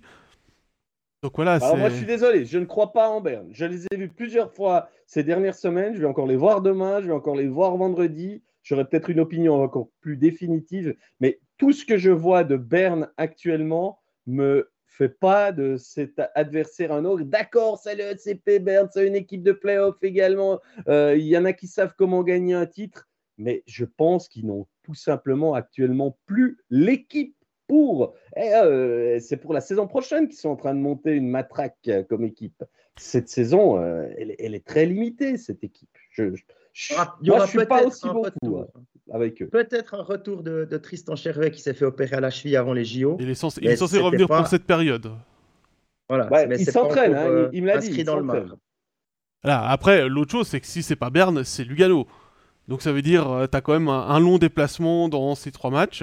Donc voilà. Alors c'est... moi, je suis désolé, je ne crois pas en Berne. Je les ai vus plusieurs fois ces dernières semaines. Je vais encore les voir demain. Je vais encore les voir vendredi. J'aurai peut-être une opinion encore plus définitive. Mais tout ce que je vois de Berne actuellement me fait pas de cet adversaire un autre. D'accord, c'est le E C P Berne, c'est une équipe de play-off également. Euh, il y en a qui savent comment gagner un titre, mais je pense qu'ils n'ont tout simplement actuellement plus l'équipe pour. Et, euh, c'est pour la saison prochaine qu'ils sont en train de monter une matraque euh, comme équipe. Cette saison, euh, elle, elle est très limitée, cette équipe. Je, je, je, Il y aura moi, je suis pas peut-être aussi un bon retour. avec eux. Peut-être un retour de, de Tristan Chervet qui s'est fait opérer à la cheville avant les J O. Il est censé, il Mais est censé c'était revenir pas- pour cette période. Voilà, Ouais, mais il c'est pas s'entraîne, encore, hein, euh, il, il me l'a dit. inscrit il dans le s'entraîne. marbre. Voilà, après, l'autre chose, c'est que si c'est pas Berne, c'est Lugano. Donc ça veut dire euh, t'as quand même un, un long déplacement dans ces trois matchs.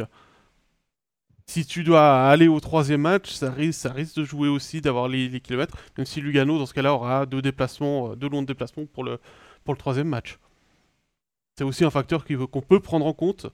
Si tu dois aller au troisième match, ça risque, ça risque de jouer aussi, d'avoir les, les kilomètres, même si Lugano, dans ce cas-là, aura deux déplacements, euh, deux longs déplacements pour le, pour le troisième match. C'est aussi un facteur qui- qu'on peut prendre en compte.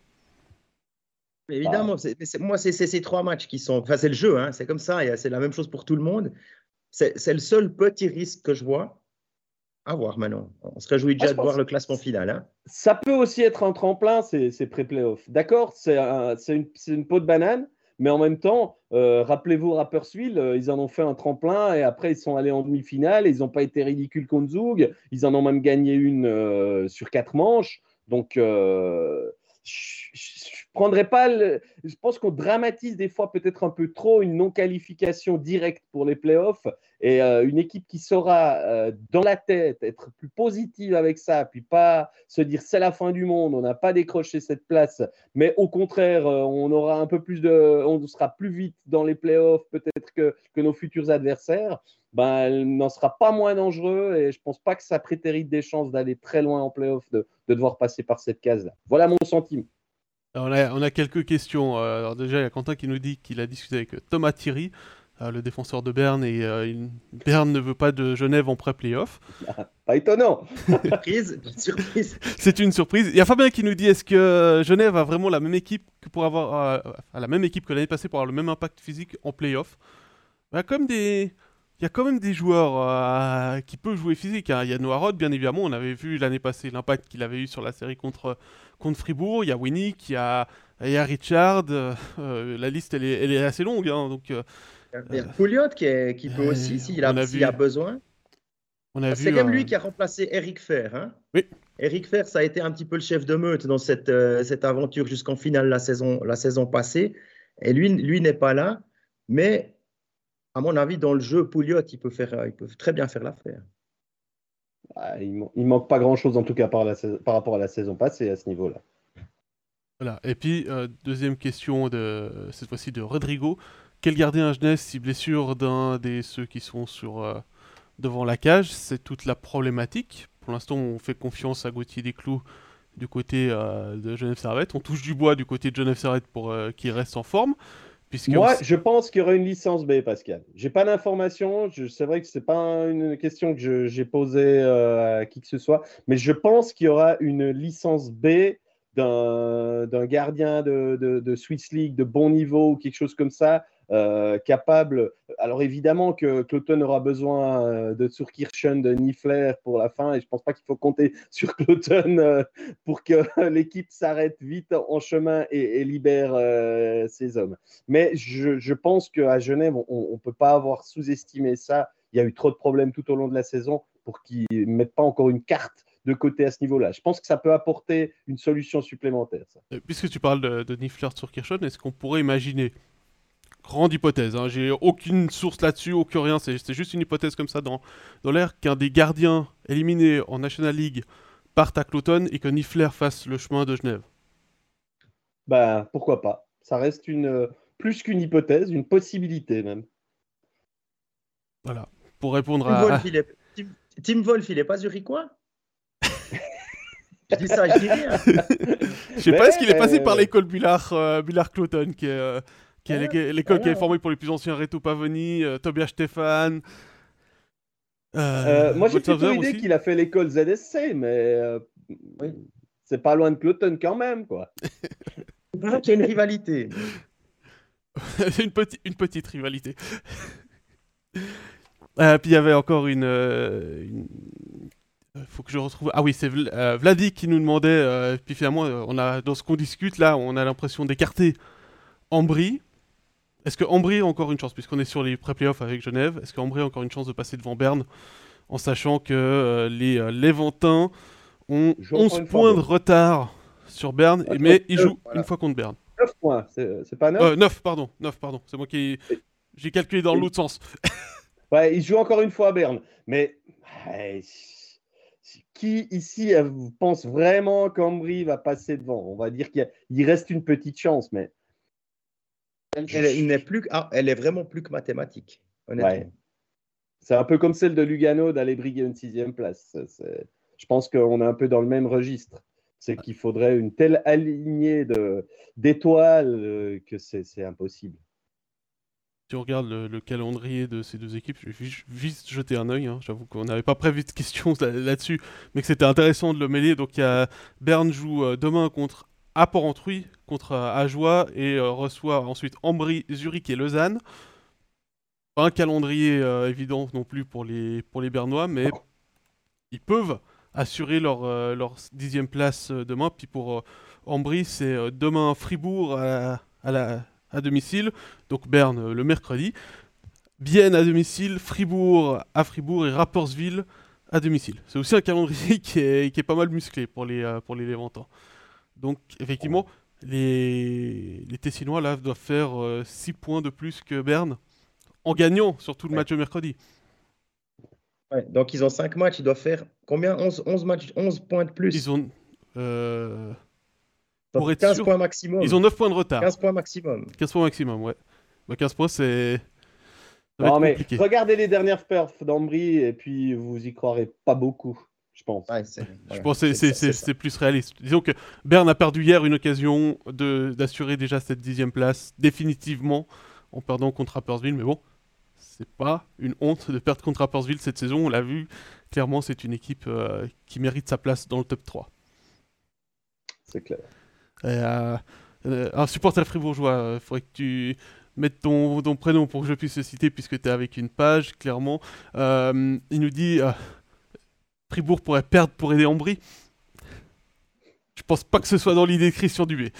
Mais évidemment, c'est- mais c'est- moi, c'est c'est ces trois matchs qui sont. Enfin, c'est le jeu, hein, c'est comme ça, et c'est la même chose pour tout le monde. C'est c'est le seul petit risque que je vois. À voir maintenant. On se réjouit déjà Ah, je de pense- voir le classement final. Hein. Ça peut aussi être un tremplin, ces, ces pré-playoffs. D'accord, c'est un- c'est une, c'est une peau de banane, mais en même temps, euh, rappelez-vous Rapperswil, euh, ils en ont fait un tremplin et après ils sont allés en demi-finale et ils n'ont pas été ridicules contre Zug. Ils en ont même gagné une euh, sur quatre manches. Donc, euh, je ne prendrais pas. Le... Je pense qu'on dramatise des fois peut-être un peu trop une non-qualification directe pour les playoffs. Et euh, une équipe qui saura, euh, dans la tête, être plus positive avec ça, puis pas se dire c'est la fin du monde, on n'a pas décroché cette place, mais au contraire, euh, on aura un peu plus de, on sera plus vite dans les playoffs peut-être que, que nos futurs adversaires, ben, elle n'en sera pas moins dangereux et je pense pas que ça prétérite des chances d'aller très loin en playoffs, de, de devoir passer par cette case-là. Voilà mon sentiment. Alors, on, a, on a quelques questions. Euh, Alors déjà, il y a Quentin qui nous dit qu'il a discuté avec Thomas Thierry, euh, le défenseur de Berne, et euh, il- Berne ne veut pas de Genève en pré-playoff. Pas étonnant. Surprise, surprise. C'est une surprise. Il y a Fabien qui nous dit, est-ce que Genève a vraiment la même équipe que pour avoir euh, la même équipe que l'année passée pour avoir le même impact physique en playoff? Il y a quand même des, il y a quand même des joueurs euh, qui peuvent jouer physique. Hein. Il y a Noah Roth, bien évidemment. On avait vu l'année passée l'impact qu'il avait eu sur la série contre contre Fribourg. Il y a Winnick, il y a, il y a Richard. Euh, la liste elle est, elle est assez longue. Hein. Donc euh, Il y a Pouliot qui, est- qui peut Euh, aussi, s'il on a, a s'il vu- a besoin. on a C'est vu. quand même euh, lui qui a remplacé Eric Fer. Hein. Oui. Eric Fer, ça a été un petit peu le chef de meute dans cette, euh, cette aventure jusqu'en finale la saison, la saison passée. Et lui, lui n'est pas là. Mais à mon avis, dans le jeu, Pouliot, il peut, faire, il peut très bien faire l'affaire. Ah, il, man- il manque pas grand-chose en tout cas par, la saison- par rapport à la saison passée à ce niveau-là. Voilà. Et puis, euh, deuxième question, de, cette fois-ci de Rodrigo. Quel gardien à Genève si blessure d'un des ceux qui sont sur, euh, devant la cage? C'est toute la problématique. Pour l'instant, on fait confiance à Gauthier Desclous du côté euh, de Genève Servette. On touche du bois du côté de Genève Servette pour euh, qu'il reste en forme. Puisque Moi, on- je pense qu'il y aura une licence B, Pascal. J'ai pas d'informations. Je- C'est vrai que c'est pas une question que je- j'ai posée euh, à qui que ce soit, mais je pense qu'il y aura une licence B d'un d'un gardien de, de, de Swiss League de bon niveau ou quelque chose comme ça, euh, capable. Alors évidemment que Cloton aura besoin euh, de Surkirchen, de Niffler pour la fin, et je pense pas qu'il faut compter sur Cloton euh, pour que l'équipe s'arrête vite en chemin et, et libère euh, ses hommes. Mais je, je pense qu'à Genève, on ne peut pas avoir sous-estimé ça. Il y a eu trop de problèmes tout au long de la saison pour qu'ils ne mettent pas encore une carte de côté à ce niveau-là. Je pense que ça peut apporter une solution supplémentaire. Ça. Euh, Puisque tu parles de, de Niffler sur Kirchhoff, est-ce qu'on pourrait imaginer, grande hypothèse, hein, j'ai aucune source là-dessus, aucun rien, c'est c'est juste une hypothèse comme ça dans, dans l'air, qu'un des gardiens éliminés en National League parte à Cloton et que Niffler fasse le chemin de Genève? Ben, pourquoi pas? Ça reste une, plus qu'une hypothèse, une possibilité même. Voilà. Pour répondre Tim à. Wolf, il est, Tim, Tim Wolf, il n'est pas zurichois? Je dis ça, je dis rien. Je sais Mais, pas, est-ce qu'il est passé euh, par l'école Bullard, euh, Bullard Cloton, qui est, euh, qui est Ah, l'é- l'école qui voilà. est formée pour les plus anciens Reto Pavoni, euh, Tobias Stefan. Euh, Euh, moi, j'ai Wolfhauser plutôt l'idée aussi. qu'il a fait l'école Z S C, mais euh, Oui. c'est pas loin de Cloton quand même, quoi. Il y a une rivalité. C'est une, petite une petite rivalité. Euh, puis il y avait encore une. euh, une- euh, Faut que je retrouve. Ah oui, c'est Vl- euh, Vladi qui nous demandait. euh, puis finalement, euh, on a, dans ce qu'on discute là, on a l'impression d'écarter Ambry. Est-ce que Ambry a encore une chance, puisqu'on est sur les pré-playoffs avec Genève, est-ce qu'Ambry a encore une chance de passer devant Berne, en sachant que euh, les euh, Léventins ont Jouent encore onze une fois points de Berne. retard sur Berne, Ouais, mais donc, ils euh, jouent voilà. une fois contre Berne. neuf points, c'est, c'est pas neuf? Euh, neuf, pardon, neuf, pardon. C'est moi qui... J'ai calculé dans Et- l'autre sens. Ouais, il joue encore une fois à Berne. Mais ouais, qui ici euh, pense vraiment qu'Ambry va passer devant? On va dire qu'il y a- il reste une petite chance, mais Elle, elle n'est plus, ah, elle est vraiment plus que mathématique, honnêtement. ouais. C'est un peu comme celle de Lugano d'aller briguer une sixième place. C'est- c'est- Je pense qu'on est un peu dans le même registre. C'est qu'il faudrait une telle alignée de, d'étoiles euh, que c'est, c'est impossible. Si on regarde le, le calendrier de ces deux équipes, je vais juste, juste jeter un œil. Hein. J'avoue qu'on n'avait pas prévu de questions là- là-dessus, mais que c'était intéressant de le mêler. Donc, il y a Berne joue euh, demain contre Apporentruy, contre euh, Ajoie, et euh, reçoit ensuite Ambry, Zurich et Lausanne. Pas un calendrier euh, évident non plus pour les, pour les Bernois, mais ils peuvent assurer leur, euh, leur dixième place euh, demain. Puis pour euh, Ambry, c'est euh, demain Fribourg à, à la- à domicile, donc Berne euh, le mercredi. Bienne à domicile, Fribourg à Fribourg et Rapperswil à domicile. C'est aussi un calendrier qui est, qui est pas mal musclé pour les, euh, pour les Léventins. Donc effectivement, les, les Tessinois là doivent faire six points de plus que Berne en gagnant sur tout le Ouais. match de mercredi. Ouais, donc, ils ont cinq matchs. Ils doivent faire combien? onze, onze matchs, onze points de plus. Ils ont, euh, Donc, pour être quinze sûr, points ils ont maximum. neuf points de retard. quinze points maximum. quinze points maximum, ouais. Bah, quinze points, c'est... Ça va Non, être mais compliqué. regardez les dernières perfs d'Ambry et puis vous y croirez pas beaucoup, je pense. Ouais, c'est, Je voilà, pense que c'est- c'est c'est ça, c'est c'est- ça. c'est plus réaliste. Disons que Berne a perdu hier une occasion de- d'assurer déjà cette dixième place définitivement en perdant contre Rapperswil, mais bon, c'est pas une honte de perdre contre Rapperswil cette saison, on l'a vu, clairement c'est une équipe euh, qui mérite sa place dans le top trois. C'est clair. Et, euh, euh, un supporter fribourgeois, il faudrait que tu mettes ton, ton prénom pour que je puisse le citer puisque tu es avec une page, clairement. Euh, il nous dit euh, Fribourg pourrait perdre pour aider Ambry. Je pense pas que ce soit dans l'idée de Christian Dubé.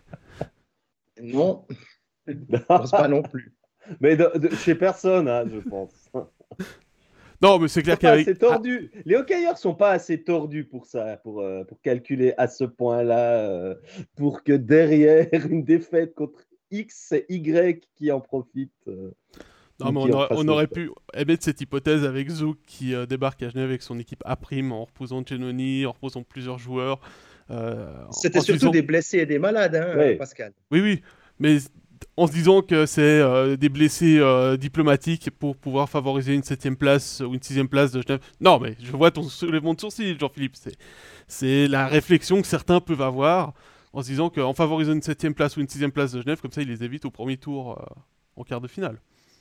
Non, je pense pas non plus. Mais de- de- chez personne, hein, je pense. Non, mais c'est Ils clair sont pas qu'avec. assez tordus. Les hockeyeurs sont pas assez tordus pour ça, pour, euh, pour calculer à ce point-là, euh, pour que derrière une défaite contre X, c'est Y qui en profite. euh, Non, ou mais qui on en aurait, fasse on le aurait choix. pu émettre cette hypothèse avec Zouk qui euh, débarque à Genève avec son équipe A prime en reposant Genoni, en reposant plusieurs joueurs. euh, C'était en se surtout disant- des blessés et des malades, hein, Ouais. Pascal. Oui, oui, mais en se disant que c'est euh, des blessés euh, diplomatiques pour pouvoir favoriser une septième place ou une sixième place de Genève. Non, mais je vois ton soulèvement de sourcil, Jean-Philippe. C'est, c'est la réflexion que certains peuvent avoir en se disant qu'en favorisant une septième place ou une sixième place de Genève, comme ça, ils les évitent au premier tour euh, en quart de finale.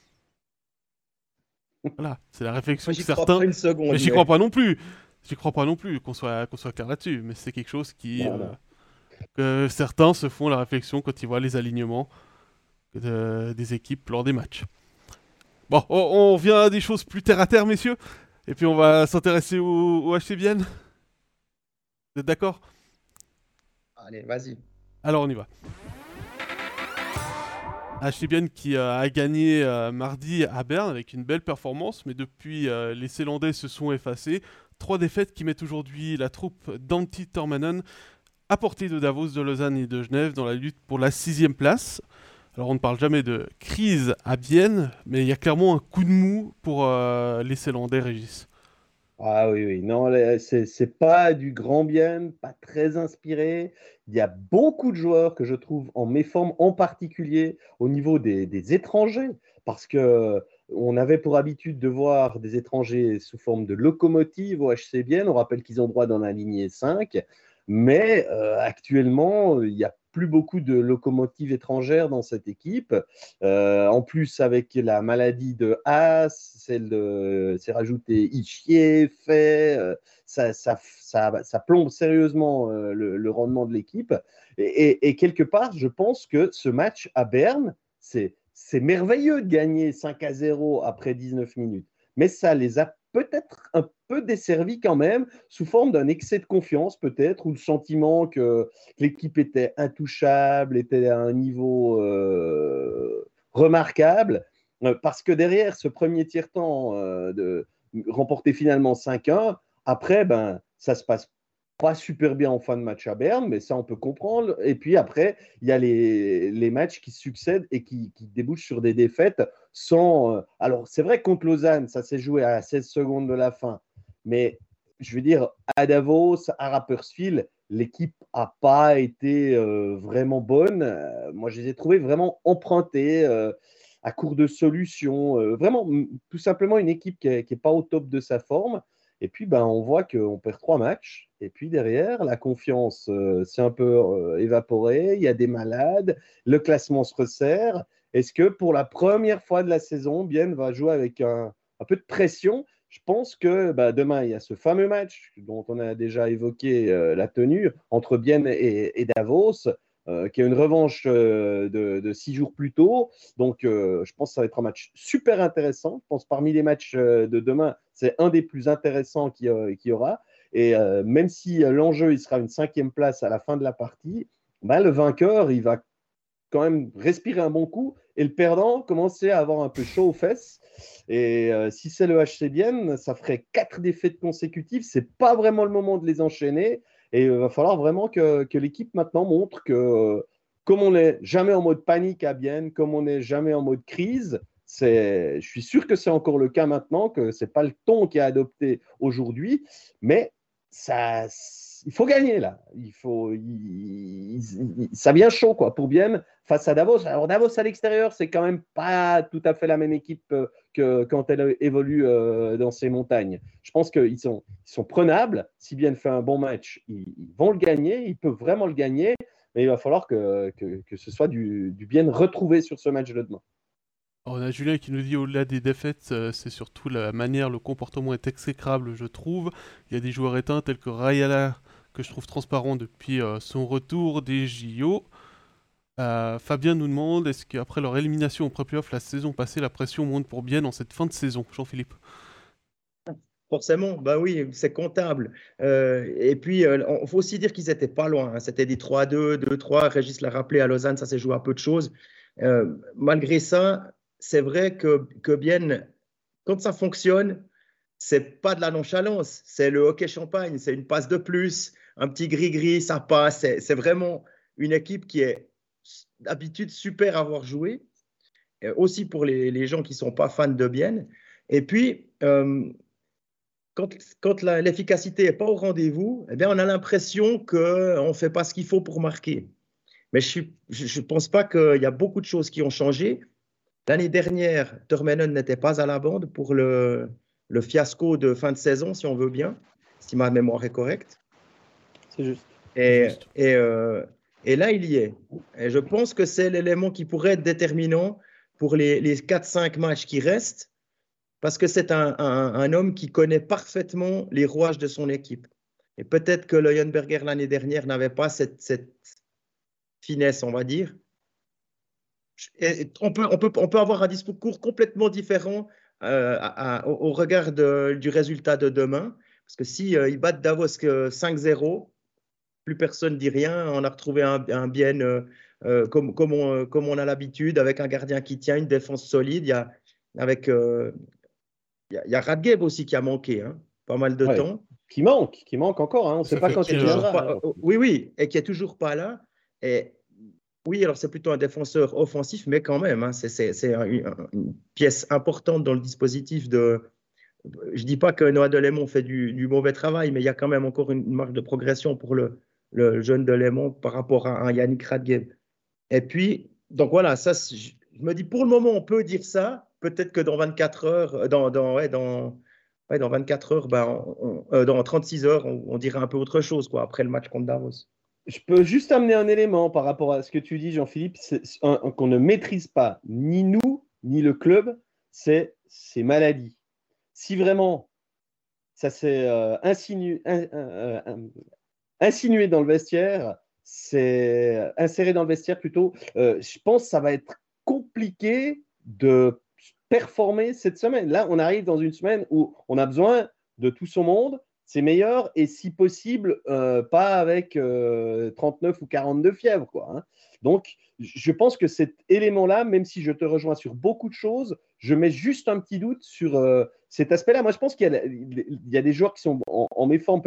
Voilà, c'est la réflexion Moi, que j'y crois certains... pas une seconde. Mais j'y mais- crois pas non plus. J'y crois pas non plus qu'on soit, qu'on soit clair là-dessus. Mais c'est quelque chose qui... Non, euh, non. que certains se font la réflexion quand ils voient les alignements de- des équipes lors des matchs. Bon, on, on revient à des choses plus terre à terre, messieurs. Et puis on va s'intéresser au, au H C Vienne. Vous êtes d'accord? Allez, vas-y. Alors on y va. H C Vienne qui euh, a gagné euh, mardi à Berne avec une belle performance, mais depuis euh, les Célandais se sont effacés. Trois défaites qui mettent aujourd'hui la troupe d'Antti Tormanen à portée de Davos, de Lausanne et de Genève dans la lutte pour la sixième place. Alors on ne parle jamais de crise à Bienne, mais il y a clairement un coup de mou pour euh, les Célandais, Régis. Ah oui, oui. Non, les- c'est c'est pas du grand bien, pas très inspiré. Il y a beaucoup de joueurs que je trouve en méforme, en particulier au niveau des, des étrangers, parce que on avait pour habitude de voir des étrangers sous forme de locomotive au H C Bienne. On rappelle qu'ils ont droit d'en aligner cinq, mais euh, actuellement, il n'y a plus beaucoup de locomotives étrangères dans cette équipe. Euh, en plus, avec la maladie de Haas, celle de, c'est rajouté Ischier, fait, euh, ça, ça, ça, ça plombe sérieusement euh, le, le rendement de l'équipe. Et, et, et quelque part, je pense que ce match à Berne, c'est, c'est merveilleux de gagner cinq à zéro après dix-neuf minutes. Mais ça les a peut-être un peu desservis quand même, sous forme d'un excès de confiance peut-être, ou le sentiment que l'équipe était intouchable, était à un niveau euh, remarquable, euh, parce que derrière ce premier tiers-temps euh, de, remporté finalement cinq un, après, ben, ça se passe pas super bien en fin de match à Berne, mais ça, on peut comprendre. Et puis après, il y a les, les matchs qui succèdent et qui, qui débouchent sur des défaites sans. Euh, alors, c'est vrai que contre Lausanne, ça s'est joué à seize secondes de la fin. Mais je veux dire, à Davos, à Rapperswil, l'équipe n'a pas été euh, vraiment bonne. Euh, moi, je les ai trouvés vraiment empruntés, euh, à court de solutions. Euh, vraiment, m- tout simplement une équipe qui n'est pas au top de sa forme. Et puis, ben, on voit qu'on perd trois matchs. Et puis derrière, la confiance euh, s'est un peu euh, évaporée. Il y a des malades. Le classement se resserre. Est-ce que pour la première fois de la saison, Bienne va jouer avec un, un peu de pression? Je pense que bah, demain, il y a ce fameux match dont on a déjà évoqué euh, la tenue entre Bienne et, et Davos, euh, qui est une revanche euh, de, de, six jours plus tôt. Donc, euh, je pense que ça va être un match super intéressant. Je pense parmi les matchs euh, de demain, c'est un des plus intéressants qu'il y, qu'il y aura. Et euh, même si euh, l'enjeu, il sera une cinquième place à la fin de la partie, bah, le vainqueur, il va quand même respirer un bon coup et le perdant commencer à avoir un peu chaud aux fesses. Et euh, si c'est le H C Bienne, ça ferait quatre défaites consécutives. C'est pas vraiment le moment de les enchaîner. Et il euh, va falloir vraiment que, que l'équipe maintenant montre que, euh, comme on n'est jamais en mode panique à Bienne, comme on n'est jamais en mode crise, c'est, je suis sûr que c'est encore le cas maintenant, que c'est pas le ton qui est adopté aujourd'hui, mais ça, il faut gagner là. Il faut, il, il, ça vient chaud quoi pour Bienne face à Davos. Alors Davos à l'extérieur, c'est quand même pas tout à fait la même équipe que quand elle évolue euh, dans ces montagnes. Je pense qu'ils sont, ils sont prenables. Si Bienne fait un bon match, ils, ils vont le gagner. Ils peuvent vraiment le gagner. Mais il va falloir que, que, que ce soit du, du Bienne retrouvé sur ce match de demain. On a Julien qui nous dit au-delà des défaites, euh, c'est surtout la manière, le comportement est exécrable, je trouve. Il y a des joueurs éteints tels que Rayala, que je trouve transparent depuis euh, son retour des J O. Euh, Fabien nous demande, est-ce qu'après leur élimination au pré-playoff la saison passée, la pression monte pour Bienne en cette fin de saison? Jean-Philippe. Forcément, bah oui, c'est comptable. Euh, et puis, il euh, faut aussi dire qu'ils n'étaient pas loin, hein. C'était des trois deux, deux trois. Régis l'a rappelé à Lausanne, ça s'est joué à peu de choses. Euh, malgré ça, c'est vrai que, que bien, quand ça fonctionne, c'est pas de la nonchalance, c'est le hockey champagne, c'est une passe de plus, un petit gris-gris, ça passe. C'est, c'est vraiment une équipe qui est d'habitude super à avoir joué, aussi pour les, les gens qui ne sont pas fans de Bienne. Et puis, euh, quand, quand la, l'efficacité n'est pas au rendez-vous, eh bien, on a l'impression qu'on ne fait pas ce qu'il faut pour marquer. Mais je ne pense pas qu'il y a beaucoup de choses qui ont changé. L'année dernière, Turmenen n'était pas à la bande pour le, le fiasco de fin de saison, si on veut bien, si ma mémoire est correcte. C'est juste. Et, Juste. et, euh, et là, il y est. Et je pense que c'est l'élément qui pourrait être déterminant pour les, les quatre cinq matchs qui restent, parce que c'est un, un, un homme qui connaît parfaitement les rouages de son équipe. Et peut-être que Leuenberger l'année dernière n'avait pas cette, cette finesse, on va dire. Et on, peut, on, peut, on peut avoir un discours complètement différent euh, à, à, au, au regard de, du résultat de demain. Parce que si euh, ils battent Davos cinq zéro, plus personne ne dit rien. On a retrouvé un, un bien euh, euh, comme, comme, on, comme on a l'habitude, avec un gardien qui tient, une défense solide. Il y a, avec, euh, il y a, il y a Radgeb aussi qui a manqué, hein, pas mal de Ouais. temps. Qui manque, qui manque encore. Hein. On ne sait Ça pas fait quand il petit, viendra. Pas, Hein. euh, oui, oui, et qui est toujours pas là. Et oui, alors c'est plutôt un défenseur offensif, mais quand même, hein, c'est, c'est, c'est un, une pièce importante dans le dispositif de. Je ne dis pas que Noah Delémont fait du, du mauvais travail, mais il y a quand même encore une, une marge de progression pour le, le jeune Delémont par rapport à un Yannick Radgeb. Et puis, donc voilà, ça, je me dis pour le moment, on peut dire ça. Peut-être que dans vingt-quatre heures, dans, dans, ouais, dans, ouais, dans vingt-quatre heures, ben, on, on, euh, dans trente-six heures, on, on dirait un peu autre chose quoi, après le match contre Davos. Je peux juste amener un élément par rapport à ce que tu dis, Jean-Philippe, c'est un, un, qu'on ne maîtrise pas, ni nous, ni le club, c'est ces maladies. Si vraiment ça s'est euh, insinué, in, euh, in, insinué dans le vestiaire, c'est inséré dans le vestiaire plutôt, euh, je pense que ça va être compliqué de performer cette semaine. Là, on arrive dans une semaine où on a besoin de tout son monde, c'est meilleur, et si possible, euh, pas avec euh, trente-neuf ou quarante-deux fièvres, quoi, hein. Donc, je pense que cet élément-là, même si je te rejoins sur beaucoup de choses, je mets juste un petit doute sur euh, cet aspect-là. Moi, je pense qu'il y a, il y a des joueurs qui sont en, en méforme peut-être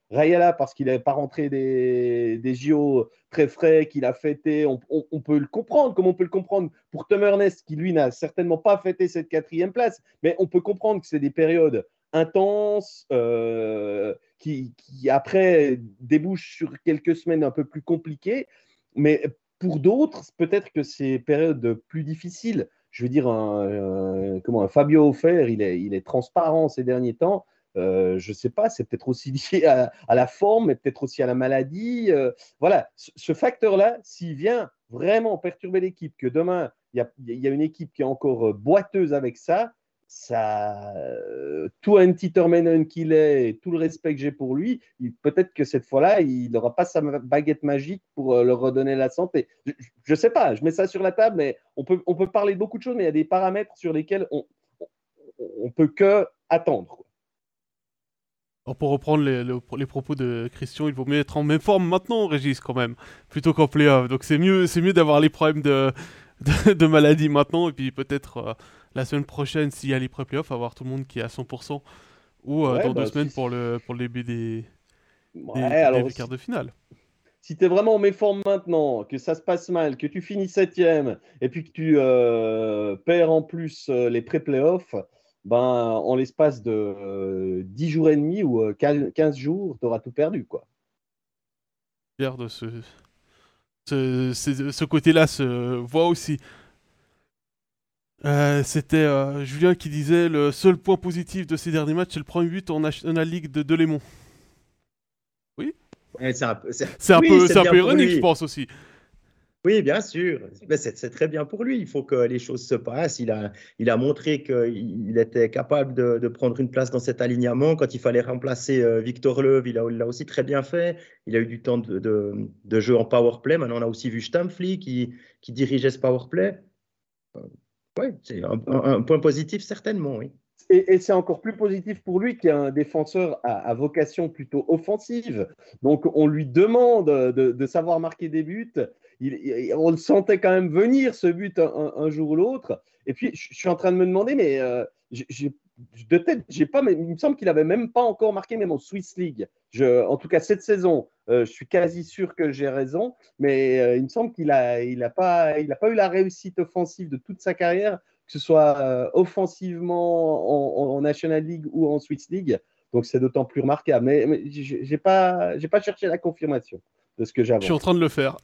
Rayala parce qu'il n'avait pas rentré des, des J O très frais, qu'il a fêté. On, on, on peut le comprendre, comme on peut le comprendre pour Tom Ernest, qui lui n'a certainement pas fêté cette quatrième place. Mais on peut comprendre que c'est des périodes intenses euh, qui, qui, après, débouchent sur quelques semaines un peu plus compliquées. Mais pour d'autres, peut-être que c'est périodes plus difficiles. Je veux dire, un, un, comment, un Fabio Aufer, il est, il est transparent ces derniers temps. Euh, je ne sais pas, c'est peut-être aussi lié à, à la forme, mais peut-être aussi à la maladie. Euh, voilà, ce, ce facteur-là, s'il vient vraiment perturber l'équipe, que demain, il y, y a une équipe qui est encore boiteuse avec ça, ça euh, tout Antti Termeinen qu'il est, et tout le respect que j'ai pour lui, peut-être que cette fois-là, il n'aura pas sa baguette magique pour euh, leur redonner la santé. Je ne sais pas, je mets ça sur la table, mais on peut, on peut parler de beaucoup de choses, mais il y a des paramètres sur lesquels on ne peut que attendre. Alors pour reprendre les, les, les propos de Christian, il vaut mieux être en même forme maintenant, Régis, quand même, plutôt qu'en play-off. Donc c'est mieux, c'est mieux d'avoir les problèmes de, de, de maladie maintenant, et puis peut-être euh, la semaine prochaine, s'il y a les pré-playoffs, avoir tout le monde qui est à cent pour cent, ou euh, ouais, dans bah, deux semaines si... pour le, pour le début des, ouais, des, alors, des quarts si... de finale. Si tu es vraiment en méforme maintenant, que ça se passe mal, que tu finis septième, et puis que tu euh, perds en plus euh, les pré-playoffs, ben, en l'espace de euh, dix jours et demi ou euh, quinze jours, tu auras tout perdu, quoi. De ce, ce, ce, ce côté-là se voit aussi. Euh, C'était euh, Julien qui disait le seul point positif de ces derniers matchs, c'est le premier but en National League de Delémont. Oui, c'est un peu, c'est... c'est un, oui, peu, c'est c'est un bien peu pour ironique, je lui. pense aussi. Oui, bien sûr. C'est, c'est très bien pour lui. Il faut que les choses se passent. Il a, il a montré qu'il était capable de, de prendre une place dans cet alignement. Quand il fallait remplacer euh, Victor Löw, il a, il l'a aussi très bien fait. Il a eu du temps de, de, de jeu en power play. Maintenant, on a aussi vu Stamfli qui, qui dirigeait ce power play. Euh, oui, c'est un, un, un point positif, certainement, oui. Et, et c'est encore plus positif pour lui qui est un défenseur à, à vocation plutôt offensive. Donc, on lui demande de, de savoir marquer des buts. Il, il, on le sentait quand même venir, ce but, un, un jour ou l'autre. Et puis, je, je suis en train de me demander, mais euh, j'ai, de tête, j'ai pas, mais il me semble qu'il n'avait même pas encore marqué, même en Swiss League. Je, en tout cas, cette saison, euh, je suis quasi sûr que j'ai raison, mais euh, il me semble qu'il n'a il a pas, il a pas eu la réussite offensive de toute sa carrière, que ce soit euh, offensivement en, en, National League ou en Swiss League. Donc, c'est d'autant plus remarquable. Mais, mais je n'ai pas, pas cherché la confirmation de ce que j'avance. Je suis en train de le faire.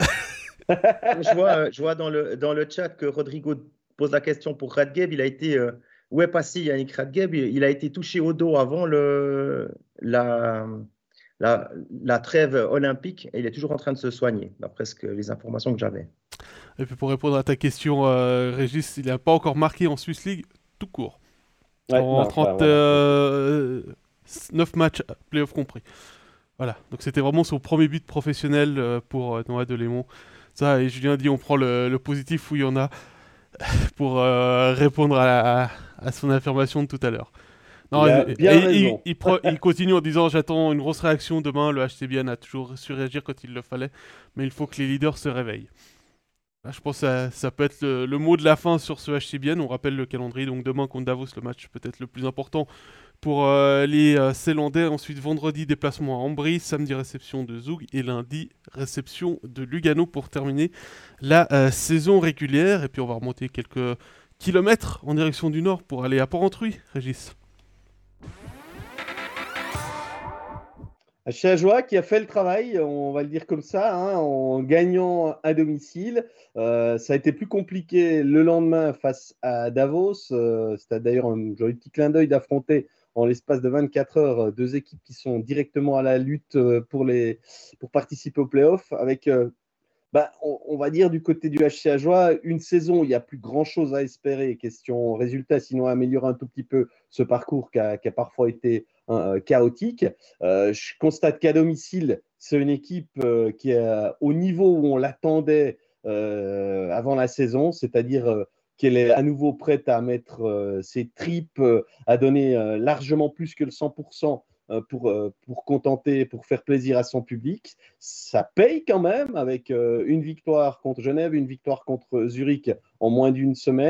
je, vois, je vois dans le, dans le chat que Rodrigo pose la question pour Radgeb. Il a été, euh, où est passé Yannick Radgeb? Il a été touché au dos avant le, la, la, la trêve olympique et il est toujours en train de se soigner, d'après ce que, les informations que j'avais. Et puis pour répondre à ta question, euh, Régis, il n'a pas encore marqué en Swiss League tout court. Ouais, en non, trente-neuf euh, voilà. matchs, playoff compris. Voilà, donc c'était vraiment son premier but professionnel euh, pour euh, Noah Delémont. Ça, et Julien dit on prend le, le positif où il y en a pour euh, répondre à, la, à son affirmation de tout à l'heure. Non, il a et, bien et, raison. Il, il, pro, il continue en disant j'attends une grosse réaction demain. Le H C B N a toujours su réagir quand il le fallait, mais il faut que les leaders se réveillent. Là, je pense que ça, ça peut être le, le mot de la fin sur ce H C B N. On rappelle le calendrier, donc demain contre Davos, le match peut-être le plus important pour euh, les euh, Célandais. Ensuite, vendredi, déplacement à Ambry, samedi, réception de Zoug, et lundi, réception de Lugano pour terminer la euh, saison régulière. Et puis, on va remonter quelques kilomètres en direction du nord pour aller à Port-Entruy, Régis. Chiajois qui a fait le travail, on va le dire comme ça, hein, en gagnant à domicile. Euh, ça a été plus compliqué le lendemain face à Davos. Euh, C'était d'ailleurs un joli petit clin d'œil d'affronter en l'espace de vingt-quatre heures deux équipes qui sont directement à la lutte pour, les, pour participer aux playoffs avec... Euh, Bah, on, on va dire du côté du H C Ajoie, une saison où il n'y a plus grand-chose à espérer, question résultat, sinon améliorer un tout petit peu ce parcours qui a, qui a parfois été hein, chaotique. Euh, je constate qu'à domicile, c'est une équipe euh, qui est au niveau où on l'attendait euh, avant la saison, c'est-à-dire euh, qu'elle est à nouveau prête à mettre euh, ses tripes, euh, à donner euh, largement plus que le cent pour cent Pour, pour contenter, pour faire plaisir à son public. Ça paye quand même avec une victoire contre Genève, une victoire contre Zurich en moins d'une semaine.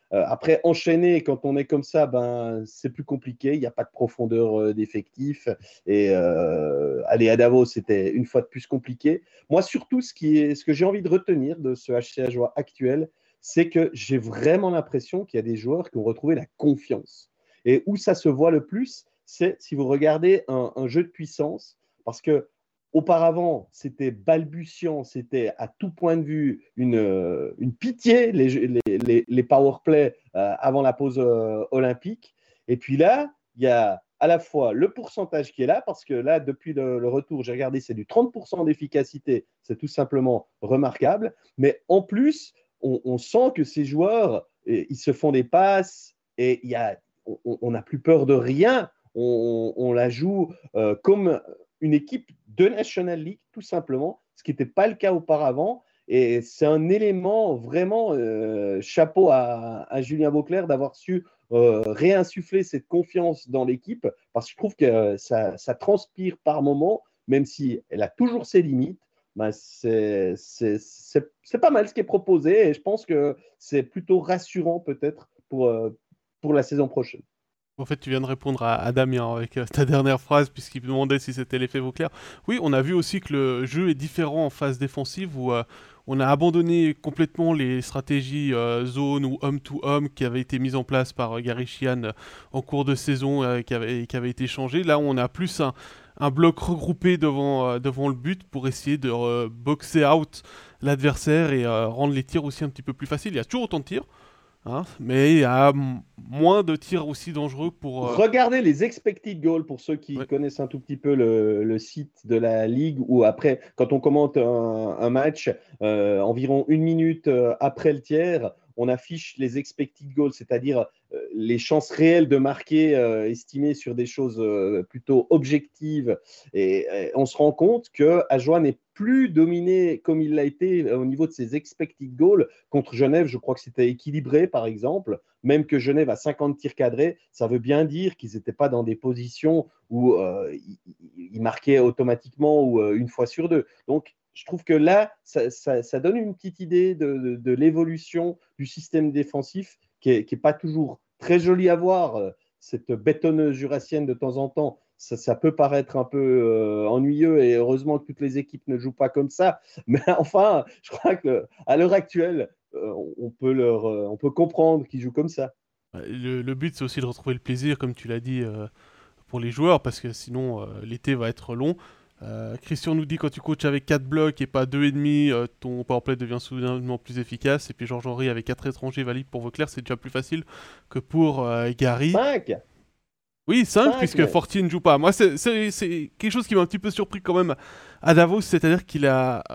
Euh, après, enchaîner, quand on est comme ça, ben, c'est plus compliqué. Il n'y a pas de profondeur euh, d'effectif. Et euh, aller à Davos, c'était une fois de plus compliqué. Moi, surtout, ce, qui est, ce que j'ai envie de retenir de ce H C Ajoie actuel, c'est que j'ai vraiment l'impression qu'il y a des joueurs qui ont retrouvé la confiance. Et où ça se voit le plus, c'est si vous regardez un, un jeu de puissance, parce que auparavant, c'était balbutiant, c'était à tout point de vue une, une pitié, les, les, les, les power play euh, avant la pause euh, olympique. Et puis là, il y a à la fois le pourcentage qui est là, parce que là, depuis le, le retour, j'ai regardé, c'est du trente pour cent d'efficacité, c'est tout simplement remarquable. Mais en plus, on, on sent que ces joueurs, ils se font des passes et il y a, on n'a plus peur de rien. On, on, on la joue euh, comme une équipe de National League, tout simplement, ce qui n'était pas le cas auparavant. Et c'est un élément vraiment euh, chapeau à, à Julien Vauclair d'avoir su euh, réinsuffler cette confiance dans l'équipe, parce que je trouve que ça, ça transpire par moments, même si elle a toujours ses limites. Ben c'est, c'est, c'est, c'est pas mal ce qui est proposé, et je pense que c'est plutôt rassurant peut-être pour, euh, pour la saison prochaine. En fait, tu viens de répondre à, à Damien avec euh, ta dernière phrase, puisqu'il me demandait si c'était l'effet Vauclair. Oui, on a vu aussi que le jeu est différent en phase défensive, où euh, on a abandonné complètement les stratégies euh, zone ou homme-to-homme qui avaient été mises en place par euh, Gary Sheehan euh, en cours de saison et euh, qui, avait, qui avaient été changées. Là, on a plus un, un bloc regroupé devant, euh, devant le but pour essayer de euh, boxer out l'adversaire et euh, rendre les tirs aussi un petit peu plus faciles. Il y a toujours autant de tirs. Hein, mais il y a m- moins de tirs aussi dangereux pour... euh, Regardez les expected goals pour ceux qui ouais. connaissent un tout petit peu le, le site de la Ligue, où après, quand on commente un, un match, euh, environ une minute euh, après le tiers, on affiche les expected goals, c'est-à-dire euh, les chances réelles de marquer euh, estimées sur des choses euh, plutôt objectives. Et, et on se rend compte que Ajoie n'est plus dominé comme il l'a été au niveau de ses expected goals. Contre Genève, je crois que c'était équilibré, par exemple. Même que Genève a cinquante tirs cadrés, ça veut bien dire qu'ils n'étaient pas dans des positions où euh, ils, ils marquaient automatiquement ou euh, une fois sur deux. Donc, je trouve que là, ça, ça, ça donne une petite idée de, de, de l'évolution du système défensif qui n'est qui est pas toujours très joli à voir. Cette bétonneuse jurassienne de temps en temps, ça, ça peut paraître un peu euh, ennuyeux, et heureusement que toutes les équipes ne jouent pas comme ça. Mais enfin, je crois qu'à l'heure actuelle, euh, on, peut leur, euh, on peut comprendre qu'ils jouent comme ça. Le, le but, c'est aussi de retrouver le plaisir, comme tu l'as dit, euh, pour les joueurs, parce que sinon, euh, l'été va être long. Euh, Christian nous dit, quand tu coaches avec quatre blocs et pas deux virgule cinq, euh, ton powerplay devient soudainement plus efficace. Et puis Georges-Henri, avec quatre étrangers valides pour Vauclair, c'est déjà plus facile que pour euh, Gary. cinq Oui, cinq, cinq puisque mais... Fortier ne joue pas. Moi, c'est, c'est, c'est quelque chose qui m'a un petit peu surpris quand même à Davos, c'est-à-dire qu'il a,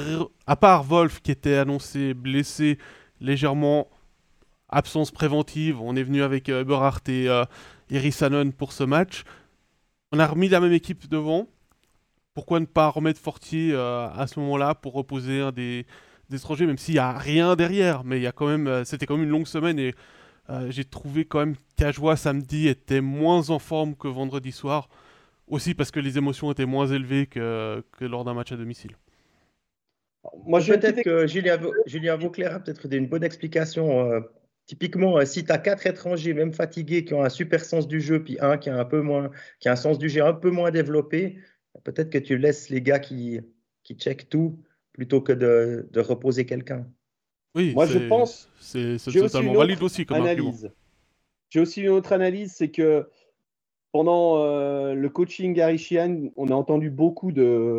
à part Wolf qui était annoncé blessé légèrement, absence préventive, on est venu avec euh, Eberhardt et euh, Rissanen pour ce match, on a remis la même équipe devant. Pourquoi ne pas remettre Fortier euh, à ce moment-là pour reposer un des, des étrangers, même s'il n'y a rien derrière, mais il y a quand même, euh, c'était quand même une longue semaine et euh, j'ai trouvé quand même qu'Ajoie samedi était moins en forme que vendredi soir, aussi parce que les émotions étaient moins élevées que, que lors d'un match à domicile. Moi, peut-être que Julien, Julien Vauclair a peut-être une bonne explication. Euh, typiquement, euh, si tu as quatre étrangers, même fatigués, qui ont un super sens du jeu, puis un qui a un peu moins, qui a un sens du jeu un peu moins développé, peut-être que tu laisses les gars qui, qui checkent tout plutôt que de, de reposer quelqu'un. Oui, Moi, c'est, je pense. c'est, c'est J'ai totalement aussi valide aussi comme analyse. argument. J'ai aussi une autre analyse, c'est que pendant euh, le coaching Gary Sheehan, on a entendu beaucoup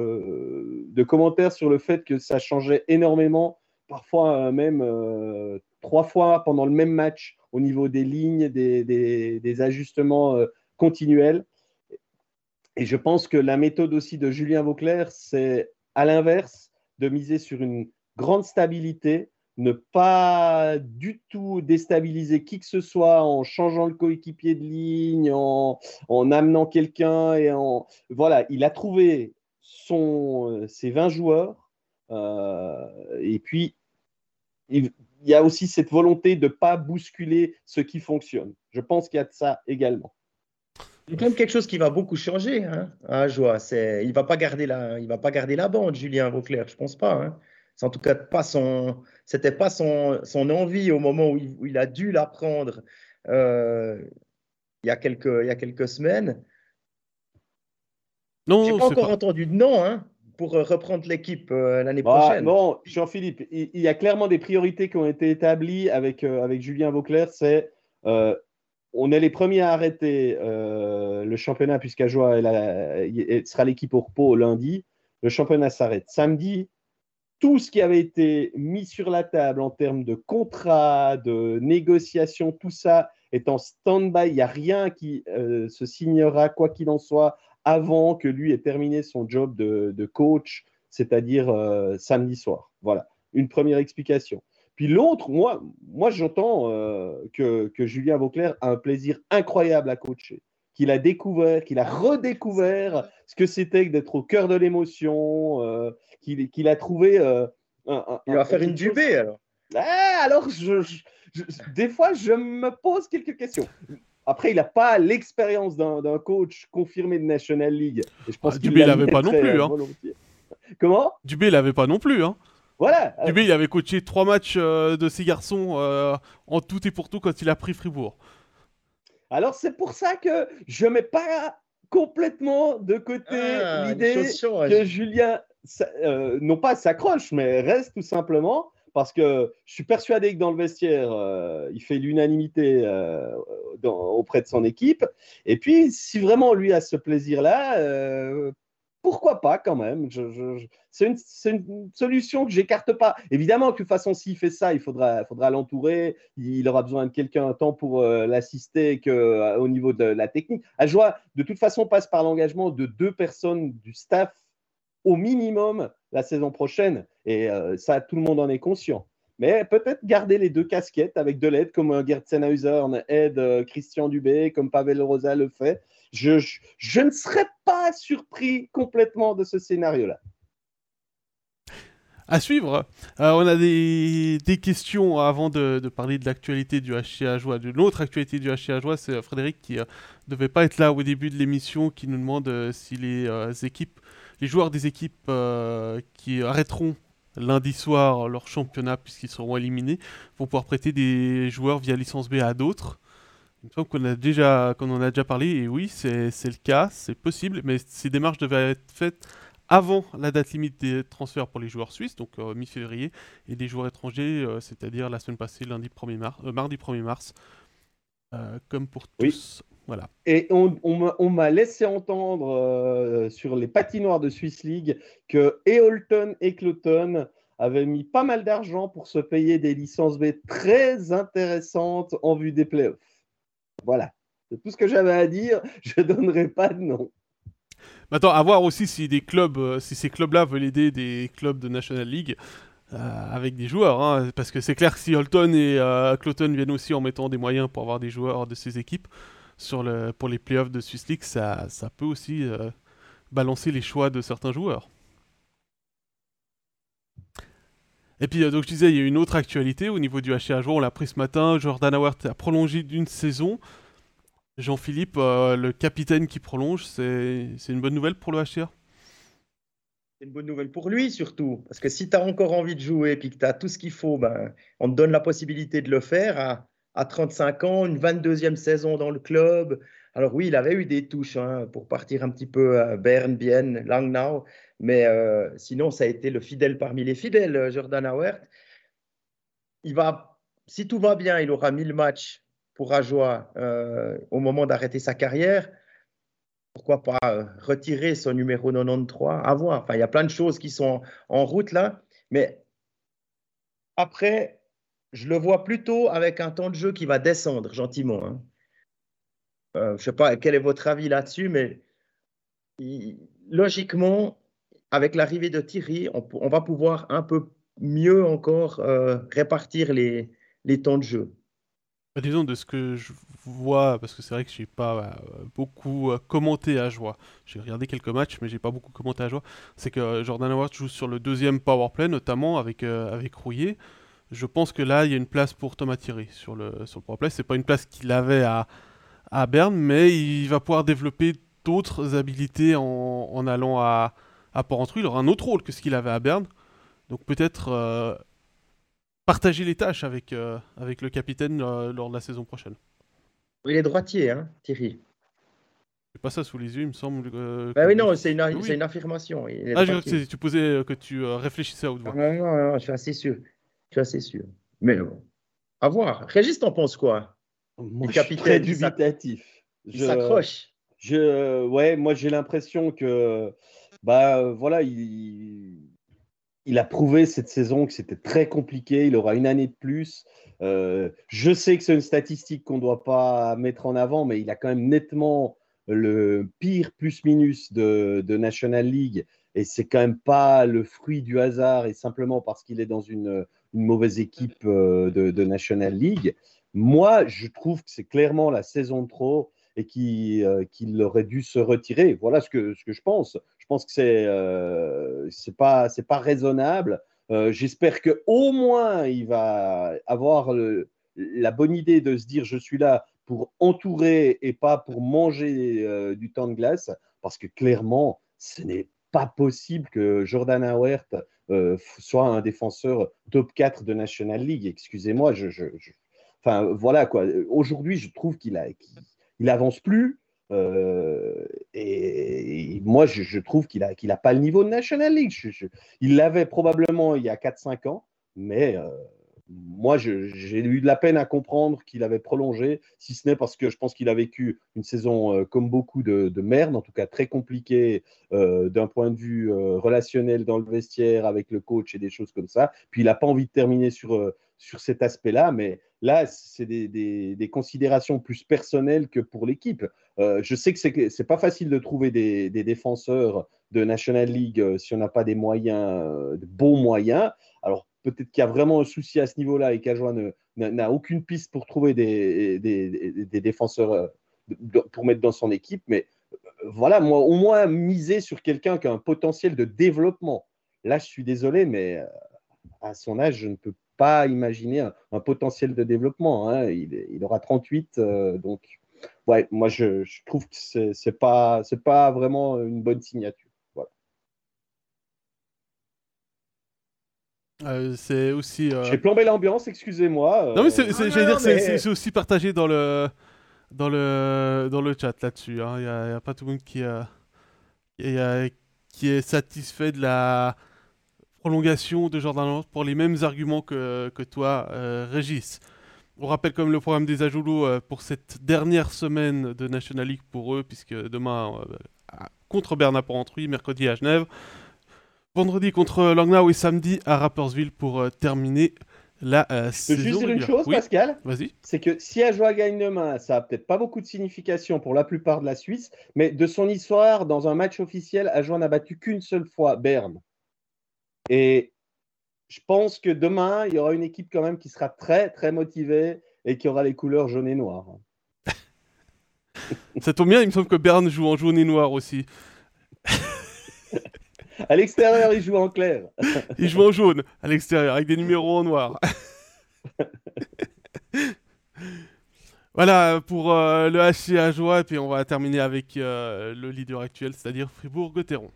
de, de commentaires sur le fait que ça changeait énormément, parfois euh, même euh, trois fois pendant le même match, au niveau des lignes, des, des, des ajustements euh, continuels. Et je pense que la méthode aussi de Julien Vauclair, c'est à l'inverse, de miser sur une grande stabilité, ne pas du tout déstabiliser qui que ce soit en changeant le coéquipier de ligne, en, en amenant quelqu'un. Et en... Voilà, il a trouvé son, ses vingt joueurs. Euh, et puis, il y a aussi cette volonté de ne pas bousculer ce qui fonctionne. Je pense qu'il y a de ça également. Il y a quand même quelque chose qui va beaucoup changer, hein, à Ajoie. C'est, il ne va pas garder la, il va pas garder la bande, Julien Vauclair, je ne pense pas. Hein. C'est en tout cas pas son, c'était pas son, son envie au moment où il, où il a dû l'apprendre euh, il y a quelques, il y a quelques semaines. Non, J'ai non, pas c'est encore pas. entendu de nom hein, pour euh, reprendre l'équipe euh, l'année Bah, prochaine. bon, Jean-Philippe, il, il y a clairement des priorités qui ont été établies avec, euh, avec Julien Vauclair. C'est euh, on est les premiers à arrêter euh, le championnat puisqu'Ajoie sera l'équipe au repos lundi. Le championnat s'arrête samedi. Tout ce qui avait été mis sur la table en termes de contrat, de négociation, tout ça est en stand-by. Il n'y a rien qui euh, se signera, quoi qu'il en soit, avant que lui ait terminé son job de, de coach, c'est-à-dire euh, samedi soir. Voilà, une première explication. Puis l'autre, moi, moi j'entends euh, que, que Julien Vauclair a un plaisir incroyable à coacher, qu'il a découvert, qu'il a redécouvert ce que c'était que d'être au cœur de l'émotion, euh, qu'il, qu'il a trouvé euh, un, un, Il va faire une quelque chose. Dubé alors. Ah, alors, je, je, je, des fois, je me pose quelques questions. Après, il n'a pas l'expérience d'un, d'un coach confirmé de National League. Et je pense Ah, qu'il Dubé, il l'avait pas non l'admettrait plus. euh, Hein. volontiers. Comment Dubé, il l'avait pas non plus. Hein. Voilà. Dubé, il avait coaché trois matchs euh, de ces garçons euh, en tout et pour tout quand il a pris Fribourg. Alors, c'est pour ça que je ne mets pas complètement de côté Ah, les l'idée choses changent. que Julien, euh, non pas s'accroche, mais reste tout simplement, parce que je suis persuadé que dans le vestiaire, euh, il fait l'unanimité euh, dans, auprès de son équipe. Et puis, si vraiment lui a ce plaisir-là, euh, pourquoi pas quand même je, je, je... C'est, une, c'est une solution que j'écarte pas. Évidemment que de toute façon, s'il fait ça, il faudra, faudra l'entourer. Il aura besoin de quelqu'un un temps pour euh, l'assister que, euh, au niveau de la technique. Ajoie, de toute façon, passe par l'engagement de deux personnes du staff au minimum la saison prochaine. Et euh, ça, tout le monde en est conscient. Mais peut-être garder les deux casquettes avec de l'aide, comme Gerd Sennhauser aide euh, Christian Dubé, comme Pavel Rosa le fait. Je, je, je ne serais pas surpris complètement de ce scénario-là. À suivre. Euh, on a des, des questions avant de, de parler de l'actualité du H C Ajoie. De l'autre actualité du H C Ajoie, c'est Frédéric qui ne euh, devait pas être là au début de l'émission, qui nous demande euh, si les euh, équipes, les joueurs des équipes euh, qui arrêteront lundi soir leur championnat puisqu'ils seront éliminés vont pouvoir prêter des joueurs via licence B à d'autres. Il me semble qu'on, a déjà, qu'on en a déjà parlé, et oui, c'est, c'est le cas, c'est possible, mais ces démarches devaient être faites avant la date limite des transferts pour les joueurs suisses, donc euh, mi-février, et des joueurs étrangers, euh, c'est-à-dire la semaine passée, lundi premier mars, euh, mardi premier mars, euh, comme pour tous. Oui. Voilà. Et on, on, m'a, on m'a laissé entendre euh, sur les patinoires de Swiss League que et Holton et Cloton avaient mis pas mal d'argent pour se payer des licences B très intéressantes en vue des playoffs. Voilà, c'est tout ce que j'avais à dire. Je ne donnerai pas de nom. Maintenant, à voir aussi si des clubs, euh, si ces clubs-là veulent aider des clubs de National League euh, avec des joueurs, hein, parce que c'est clair que si Holton et euh, Cloton viennent aussi en mettant des moyens pour avoir des joueurs de ces équipes sur le, pour les playoffs de Swiss League, ça, ça peut aussi euh, balancer les choix de certains joueurs. Et puis, euh, donc je disais, il y a une autre actualité au niveau du H C Ajoie, on l'a pris ce matin, Jordan Howard a prolongé d'une saison. Jean-Philippe, euh, le capitaine qui prolonge, c'est, c'est une bonne nouvelle pour le H C A? C'est une bonne nouvelle pour lui surtout, parce que si tu as encore envie de jouer et que tu as tout ce qu'il faut, ben, on te donne la possibilité de le faire à, à trente-cinq ans, une vingt-deuxième saison dans le club. Alors oui, il avait eu des touches hein, pour partir un petit peu à Berne, Bienne, Langnau, mais euh, sinon ça a été le fidèle parmi les fidèles, Jordan Howard. Il va, si tout va bien, il aura mille matchs pour Ajoie euh, au moment d'arrêter sa carrière. Pourquoi pas euh, retirer son numéro quatre-vingt-treize, à voir. Enfin, il y a plein de choses qui sont en route là, mais après, je le vois plutôt avec un temps de jeu qui va descendre gentiment. Hein. Euh, je ne sais pas quel est votre avis là-dessus, mais il, logiquement, avec l'arrivée de Thierry, on, on va pouvoir un peu mieux encore euh, répartir les, les temps de jeu. Bah, disons de ce que je vois, parce que c'est vrai que j'ai pas euh, beaucoup euh, commenté Ajoie. J'ai regardé quelques matchs, mais j'ai pas beaucoup commenté Ajoie. C'est que euh, Jordan Howard joue sur le deuxième power play, notamment avec, euh, avec Rouillet. Je pense que là, il y a une place pour Thomas Thierry sur le, sur le power play. C'est pas une place qu'il avait à, à Berne, mais il va pouvoir développer d'autres habilités en, en allant à, à Porrentruy. Il aura un autre rôle que ce qu'il avait à Berne. Donc peut-être euh, partager les tâches avec, euh, avec le capitaine euh, lors de la saison prochaine. Il est droitier, hein, Thierry. J'ai pas ça sous les yeux, il me semble. Euh, Ben que oui, oui. non, c'est une, Oui. c'est une affirmation. Il est Ah, je crois que droitier. c'est- tu posais, euh, que tu euh, réfléchissais à haute Non, voix. non, non, je suis assez sûr. Je suis assez sûr. Mais bon, à voir. Régis, t'en penses quoi? Moi, Le je suis très capitaine qui s'ac- dubitatif. qui Je, s'accroche. je, ouais, moi, j'ai l'impression que, bah, euh, voilà, il, il a prouvé cette saison que c'était très compliqué. Il aura une année de plus. Euh, je sais que c'est une statistique qu'on ne doit pas mettre en avant, mais il a quand même nettement le pire plus-minus de, de National League. Et c'est quand même pas le fruit du hasard et simplement parce qu'il est dans une, une mauvaise équipe euh, de, de National League. Moi, je trouve que c'est clairement la saison de trop et qu'il euh, qu'il aurait dû se retirer. Voilà ce que, ce que je pense. Je pense que c'est euh, c'est pas c'est pas raisonnable. Euh, J'espère que au moins il va avoir le, la bonne idée de se dire je suis là pour entourer et pas pour manger euh, du temps de glace, parce que clairement ce n'est pas possible que Jordan Howard euh, soit un défenseur top quatre de National League. Excusez-moi, je, je, je, enfin voilà quoi. Aujourd'hui, je trouve qu'il a qu'il, il avance plus. Euh, et, et moi, je, je trouve qu'il n'a qu'il a pas le niveau de National League. Je, je, il l'avait probablement il y a quatre cinq ans, mais euh, moi, je, j'ai eu de la peine à comprendre qu'il avait prolongé, si ce n'est parce que je pense qu'il a vécu une saison, euh, comme beaucoup, de, de merde, en tout cas très compliquée euh, d'un point de vue euh, relationnel dans le vestiaire avec le coach et des choses comme ça. Puis il n'a pas envie de terminer sur, euh, sur cet aspect-là, mais là, c'est des, des, des considérations plus personnelles que pour l'équipe. Euh, je sais que c'est, c'est pas facile de trouver des, des défenseurs de National League euh, si on n'a pas des moyens, euh, de bons moyens. Alors peut-être qu'il y a vraiment un souci à ce niveau-là et qu'Ajoie ne, n'a, n'a aucune piste pour trouver des, des, des, des défenseurs euh, de, pour mettre dans son équipe. Mais euh, voilà, moi, au moins miser sur quelqu'un qui a un potentiel de développement. Là, je suis désolé, mais euh, à son âge, je ne peux pas imaginer un, un potentiel de développement. Hein. Il, il aura trente-huit, euh, donc ouais, moi je, je trouve que c'est, c'est pas c'est pas vraiment une bonne signature. Voilà. Euh, c'est aussi. euh, J'ai plombé l'ambiance, excusez-moi. Non, mais euh, c'est, Non, c'est- non, j'allais dire, non, c'est, c'est- mais c'est aussi partagé dans le, dans le, dans le chat là-dessus. hein. Il n'y a, il y a pas tout le monde qui, euh, qui, euh, qui est satisfait de la prolongation de Jordan Lawrence pour les mêmes arguments que, que toi, euh, Régis. On rappelle comme le programme des Ajoulots euh, pour cette dernière semaine de National League pour eux, puisque demain euh, contre Bernat-Porrentruy, mercredi à Genève, vendredi contre Langnau et samedi à Rapperswil pour euh, terminer la euh, Je peux juste saison dire une régulière. chose, Oui, Pascal, vas-y. c'est que si Ajoie gagne demain, ça n'a peut-être pas beaucoup de signification pour la plupart de la Suisse, mais de son histoire, dans un match officiel, Ajoie n'a battu qu'une seule fois Berne. Et je pense que demain, il y aura une équipe quand même qui sera très, très motivée et qui aura les couleurs jaune et noir. Ça tombe bien, il me semble que Berne joue en jaune et noir aussi. À l'extérieur, il joue en clair. Il joue en jaune à l'extérieur avec des numéros en noir. Voilà pour euh, le H C Ajoie, et puis on va terminer avec euh, le leader actuel, c'est-à-dire Fribourg-Gotteron.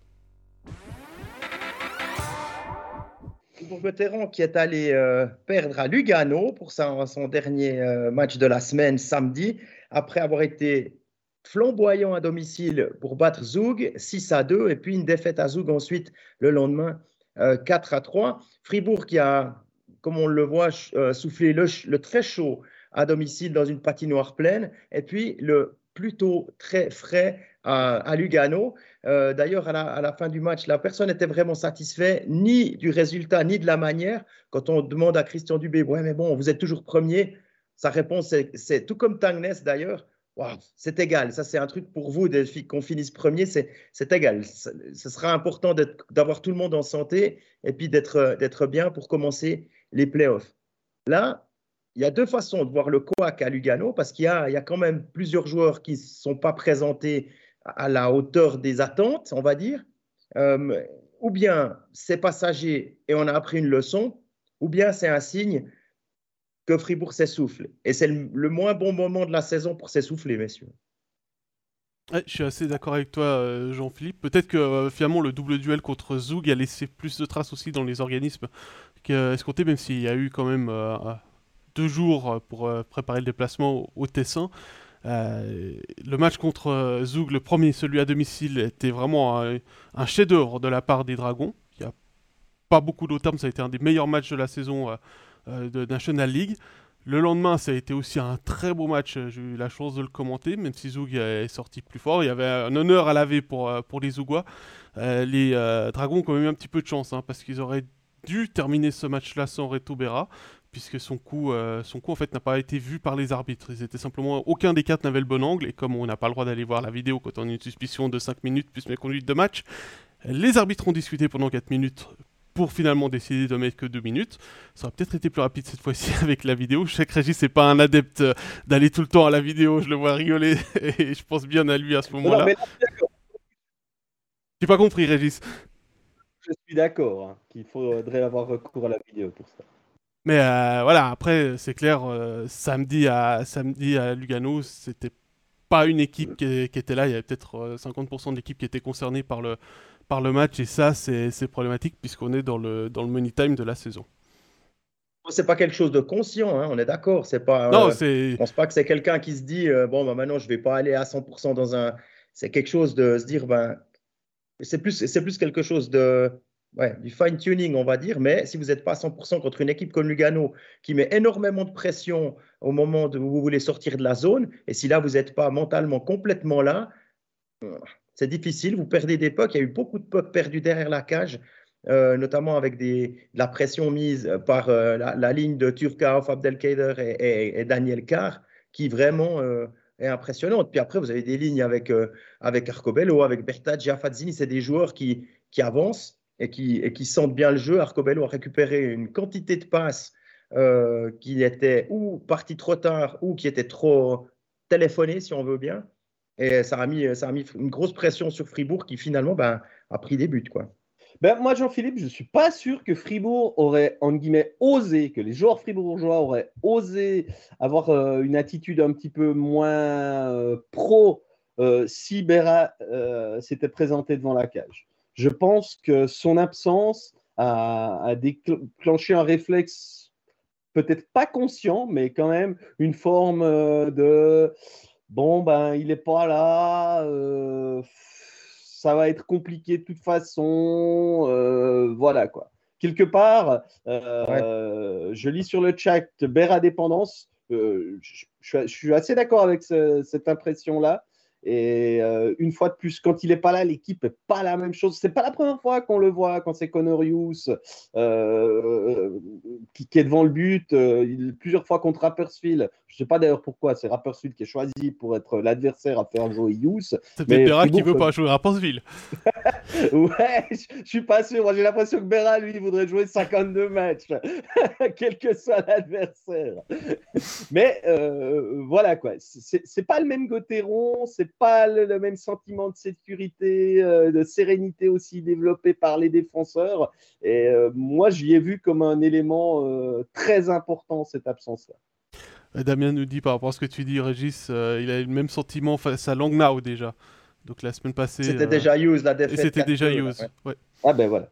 Fribourg-Gotteron qui est allé euh, perdre à Lugano pour sa- son dernier euh, match de la semaine samedi, après avoir été flamboyant à domicile pour battre Zug six à deux, et puis une défaite à Zug ensuite le lendemain euh, quatre à trois. Fribourg qui a, comme on le voit, euh, soufflé le, le très chaud à domicile dans une patinoire pleine, et puis le plutôt très frais à, à Lugano. Euh, D'ailleurs, à la, à la fin du match, la personne n'était vraiment satisfaite ni du résultat, ni de la manière. Quand on demande à Christian Dubé, ouais, mais bon, vous êtes toujours premier, sa réponse, c'est tout comme Tangnes d'ailleurs. Wow, c'est égal, ça c'est un truc pour vous qu'on finisse premier, c'est égal. Ce sera important d'avoir tout le monde en santé et puis d'être bien pour commencer les playoffs. Là, il y a deux façons de voir le couac à Lugano parce qu'il y, y a quand même plusieurs joueurs qui ne sont pas présentés à la hauteur des attentes, on va dire. Euh, ou bien c'est passager et on a appris une leçon, ou bien c'est un signe que Fribourg s'essouffle. Et c'est le, le moins bon moment de la saison pour s'essouffler, messieurs. Ouais, je suis assez d'accord avec toi, euh, Jean-Philippe. Peut-être que euh, finalement le double duel contre Zug a laissé plus de traces aussi dans les organismes qu'escompté, même s'il y a eu quand même euh, deux jours pour euh, préparer le déplacement au, au Tessin. Euh, le match contre euh, Zug, le premier, celui à domicile, était vraiment un, un chef-d'œuvre de la part des Dragons. Il n'y a pas beaucoup d'autres termes, ça a été un des meilleurs matchs de la saison euh, euh, de National League. Le lendemain, ça a été aussi un très beau match. J'ai eu la chance de le commenter, même si Zug est sorti plus fort. Il y avait un honneur à laver pour, euh, pour les Zougois. Euh, les euh, Dragons ont quand même eu un petit peu de chance, hein, parce qu'ils auraient dû terminer ce match-là sans Reto Berra, puisque son coup, euh, son coup en fait n'a pas été vu par les arbitres. Ils étaient simplement, aucun des quatre n'avait le bon angle, et comme on n'a pas le droit d'aller voir la vidéo quand on a une suspicion de cinq minutes plus mes conduites de match, les arbitres ont discuté pendant quatre minutes pour finalement décider de mettre que deux minutes. Ça aurait peut-être été plus rapide cette fois-ci avec la vidéo. Je sais que Régis n'est pas un adepte euh, d'aller tout le temps à la vidéo, je le vois rigoler et je pense bien à lui à ce Non, moment-là. mais J'ai pas compris, Régis. je suis d'accord hein, qu'il faudrait avoir recours à la vidéo pour ça. Mais euh, voilà, après, c'est clair, euh, samedi, à, samedi à Lugano, c'était pas une équipe qui, qui était là. Il y avait peut-être euh, cinquante pour cent de l'équipe qui était concernée par le, par le match. Et ça, c'est c'est problématique puisqu'on est dans le, dans le money time de la saison. C'est pas quelque chose de conscient, hein, on est d'accord. C'est pas, Non, euh, c'est. je pense pas que c'est quelqu'un qui se dit euh, bon, bah, maintenant je vais pas aller à cent pour cent dans un. C'est quelque chose de se dire ben, c'est plus, c'est plus quelque chose de ouais, du fine-tuning, on va dire. Mais si vous n'êtes pas à cent pour cent contre une équipe comme Lugano qui met énormément de pression au moment où vous voulez sortir de la zone, et si là vous n'êtes pas mentalement complètement là, c'est difficile. Vous perdez des pucks. Il y a eu beaucoup de pucks perdus derrière la cage, euh, notamment avec des, de la pression mise par euh, la, la ligne de Turkov, Abdelkader et, et, et Daniel Carr, qui vraiment euh, est impressionnante. Puis après, vous avez des lignes avec, euh, avec Arcobello, avec Bertaggi, Fazzini. C'est des joueurs qui, qui avancent et qui, et qui sentent bien le jeu. Arcobello a récupéré une quantité de passes euh, qui étaient ou parties trop tard ou qui étaient trop téléphonées, si on veut bien. Et ça a mis, ça a mis une grosse pression sur Fribourg qui finalement ben, a pris des buts, quoi. Ben, moi, Jean-Philippe, je ne suis pas sûr que Fribourg aurait, en guillemets, osé, que les joueurs fribourgeois auraient osé avoir euh, une attitude un petit peu moins euh, pro euh, si Berra euh, s'était présenté devant la cage. Je pense que son absence a, a déclenché un réflexe peut-être pas conscient, mais quand même une forme euh, de bon, ben, il n'est pas là, euh, ça va être compliqué de toute façon, euh, voilà quoi. Quelque part, Ouais. euh, je lis sur le chat Berra dépendance, euh, je, je, je, suis assez d'accord avec ce, cette impression-là. Et euh, une fois de plus, quand il n'est pas là, l'équipe n'est pas la même chose. C'est pas la première fois qu'on le voit quand c'est Connor Hughes euh, qui, qui est devant le but. Euh, il, plusieurs fois contre Rapperswil. Je ne sais pas d'ailleurs pourquoi. C'est Rapperswil qui est choisi pour être l'adversaire à faire jouer Hughes. C'est peut-être Berra qui veut pas jouer à Rapperswil. Ouais, je, je suis pas sûr. Moi, j'ai l'impression que Berra, lui, voudrait jouer cinquante-deux matchs, quel que soit l'adversaire. Mais euh, voilà quoi. C'est, c'est pas le même Gauthieron, c'est pas le, le même sentiment de sécurité, euh, de sérénité aussi développé par les défenseurs. Et euh, moi, j'y ai vu comme un élément euh, très important cette absence-là. Damien nous dit par rapport à ce que tu dis, Régis, euh, il a eu le même sentiment face à Langnau déjà. Donc la semaine passée. C'était euh, déjà Hughes, la défaite. Et c'était déjà quatre deux, Hughes. ouais. Ouais. Ah ben voilà.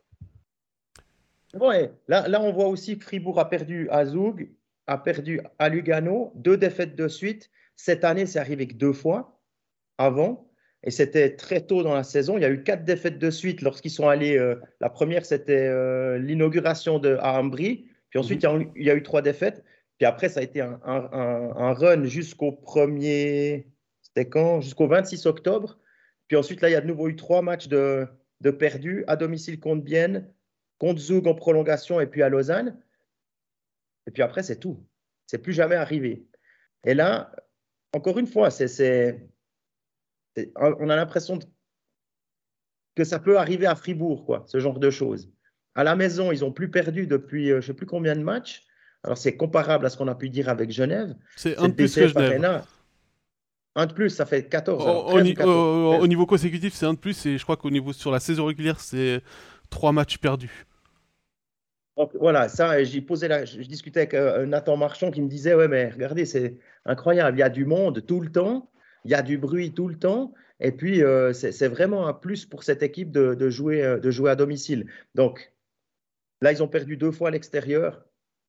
Bon, et là, là, on voit aussi que Fribourg a perdu à Zug, a perdu à Lugano, deux défaites de suite. Cette année, c'est arrivé que deux fois avant. Et c'était très tôt dans la saison. Il y a eu quatre défaites de suite lorsqu'ils sont allés. Euh, la première, c'était euh, l'inauguration de, à Ambry. Puis ensuite, Mhm. il y, a, il y a eu trois défaites. Puis après, ça a été un, un, un, un run jusqu'au premier. C'était quand? Jusqu'au vingt-six octobre. Puis ensuite, là, il y a de nouveau eu trois matchs de, de perdus à domicile contre Bienne, contre Zug en prolongation et puis à Lausanne. Et puis après, c'est tout. C'est plus jamais arrivé. Et là, encore une fois, c'est, c'est, c'est- on a l'impression de- que ça peut arriver à Fribourg, quoi, ce genre de choses. À la maison, ils n'ont plus perdu depuis euh, je ne sais plus combien de matchs. Alors, c'est comparable à ce qu'on a pu dire avec Genève. C'est un de Cette plus que D C F Genève. Arena, un de plus, ça fait Au, quatorze, alors au treize ou ni- quatorze. au- au treize. niveau consécutif, c'est un de plus. Et je crois qu'au niveau sur la saison régulière, c'est trois matchs perdus. Donc, voilà, ça, j'ai posé la, je, je discutais avec euh, Nathan Marchand qui me disait, ouais, mais regardez, c'est incroyable, il y a du monde tout le temps. il y a du bruit tout le temps. Et puis, euh, c'est, c'est vraiment un plus pour cette équipe de, de jouer, euh, de jouer à domicile. Donc, là, ils ont perdu deux fois à l'extérieur.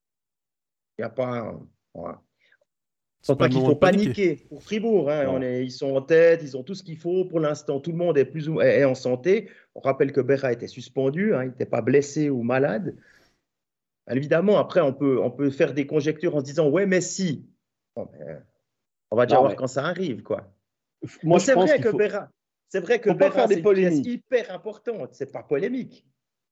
Il n'y a pas. un- voilà. Je C'est pense pas pas le qu'il moment faut de paniquer. paniquer pour Fribourg. Hein. On Non. est, ils sont en tête, ils ont tout ce qu'il faut. Pour l'instant, tout le monde est plus ou est, est en santé. On rappelle que Berra était suspendu, hein, il n'était pas blessé ou malade. Évidemment, après, on peut, on peut faire des conjectures en se disant, ouais, mais si. Bon, ben, on va déjà Non, voir mais quand ça arrive, quoi. moi, Mais je c'est pense vrai qu'il que faut, Berra, c'est vrai que faut pas Berra, faire des c'est une pièce polémiques. hyper importante. C'est pas polémique.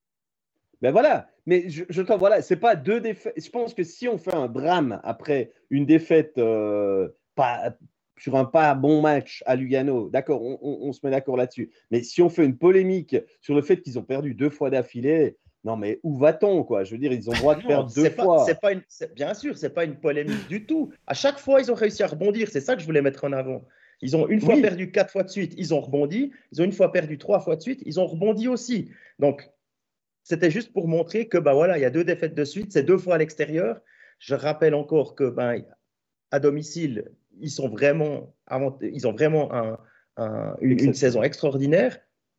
Ben voilà, mais je, je t'en- voilà, c'est pas deux défaites. Je pense que si on fait un drame après une défaite euh, pas, sur un pas bon match à Lugano, d'accord, on, on- on se met d'accord là-dessus. Mais si on fait une polémique sur le fait qu'ils ont perdu deux fois d'affilée, non mais où va-t-on, quoi? Je veux dire, ils ont le droit de Non, perdre deux c'est pas, c'est fois. pas une, c'est- bien sûr, c'est pas une polémique du tout. À chaque fois, ils ont réussi à rebondir. C'est ça que je voulais mettre en avant. Ils ont une fois Oui, perdu quatre fois de suite, ils ont rebondi. Ils ont une fois perdu trois fois de suite, ils ont rebondi aussi. Donc, c'était juste pour montrer que, bah voilà, il y a deux défaites de suite, c'est deux fois à l'extérieur. Je rappelle encore que, ben, à domicile, ils sont vraiment, avant- ils ont vraiment un- un- une, une saison exceptionnel. extraordinaire.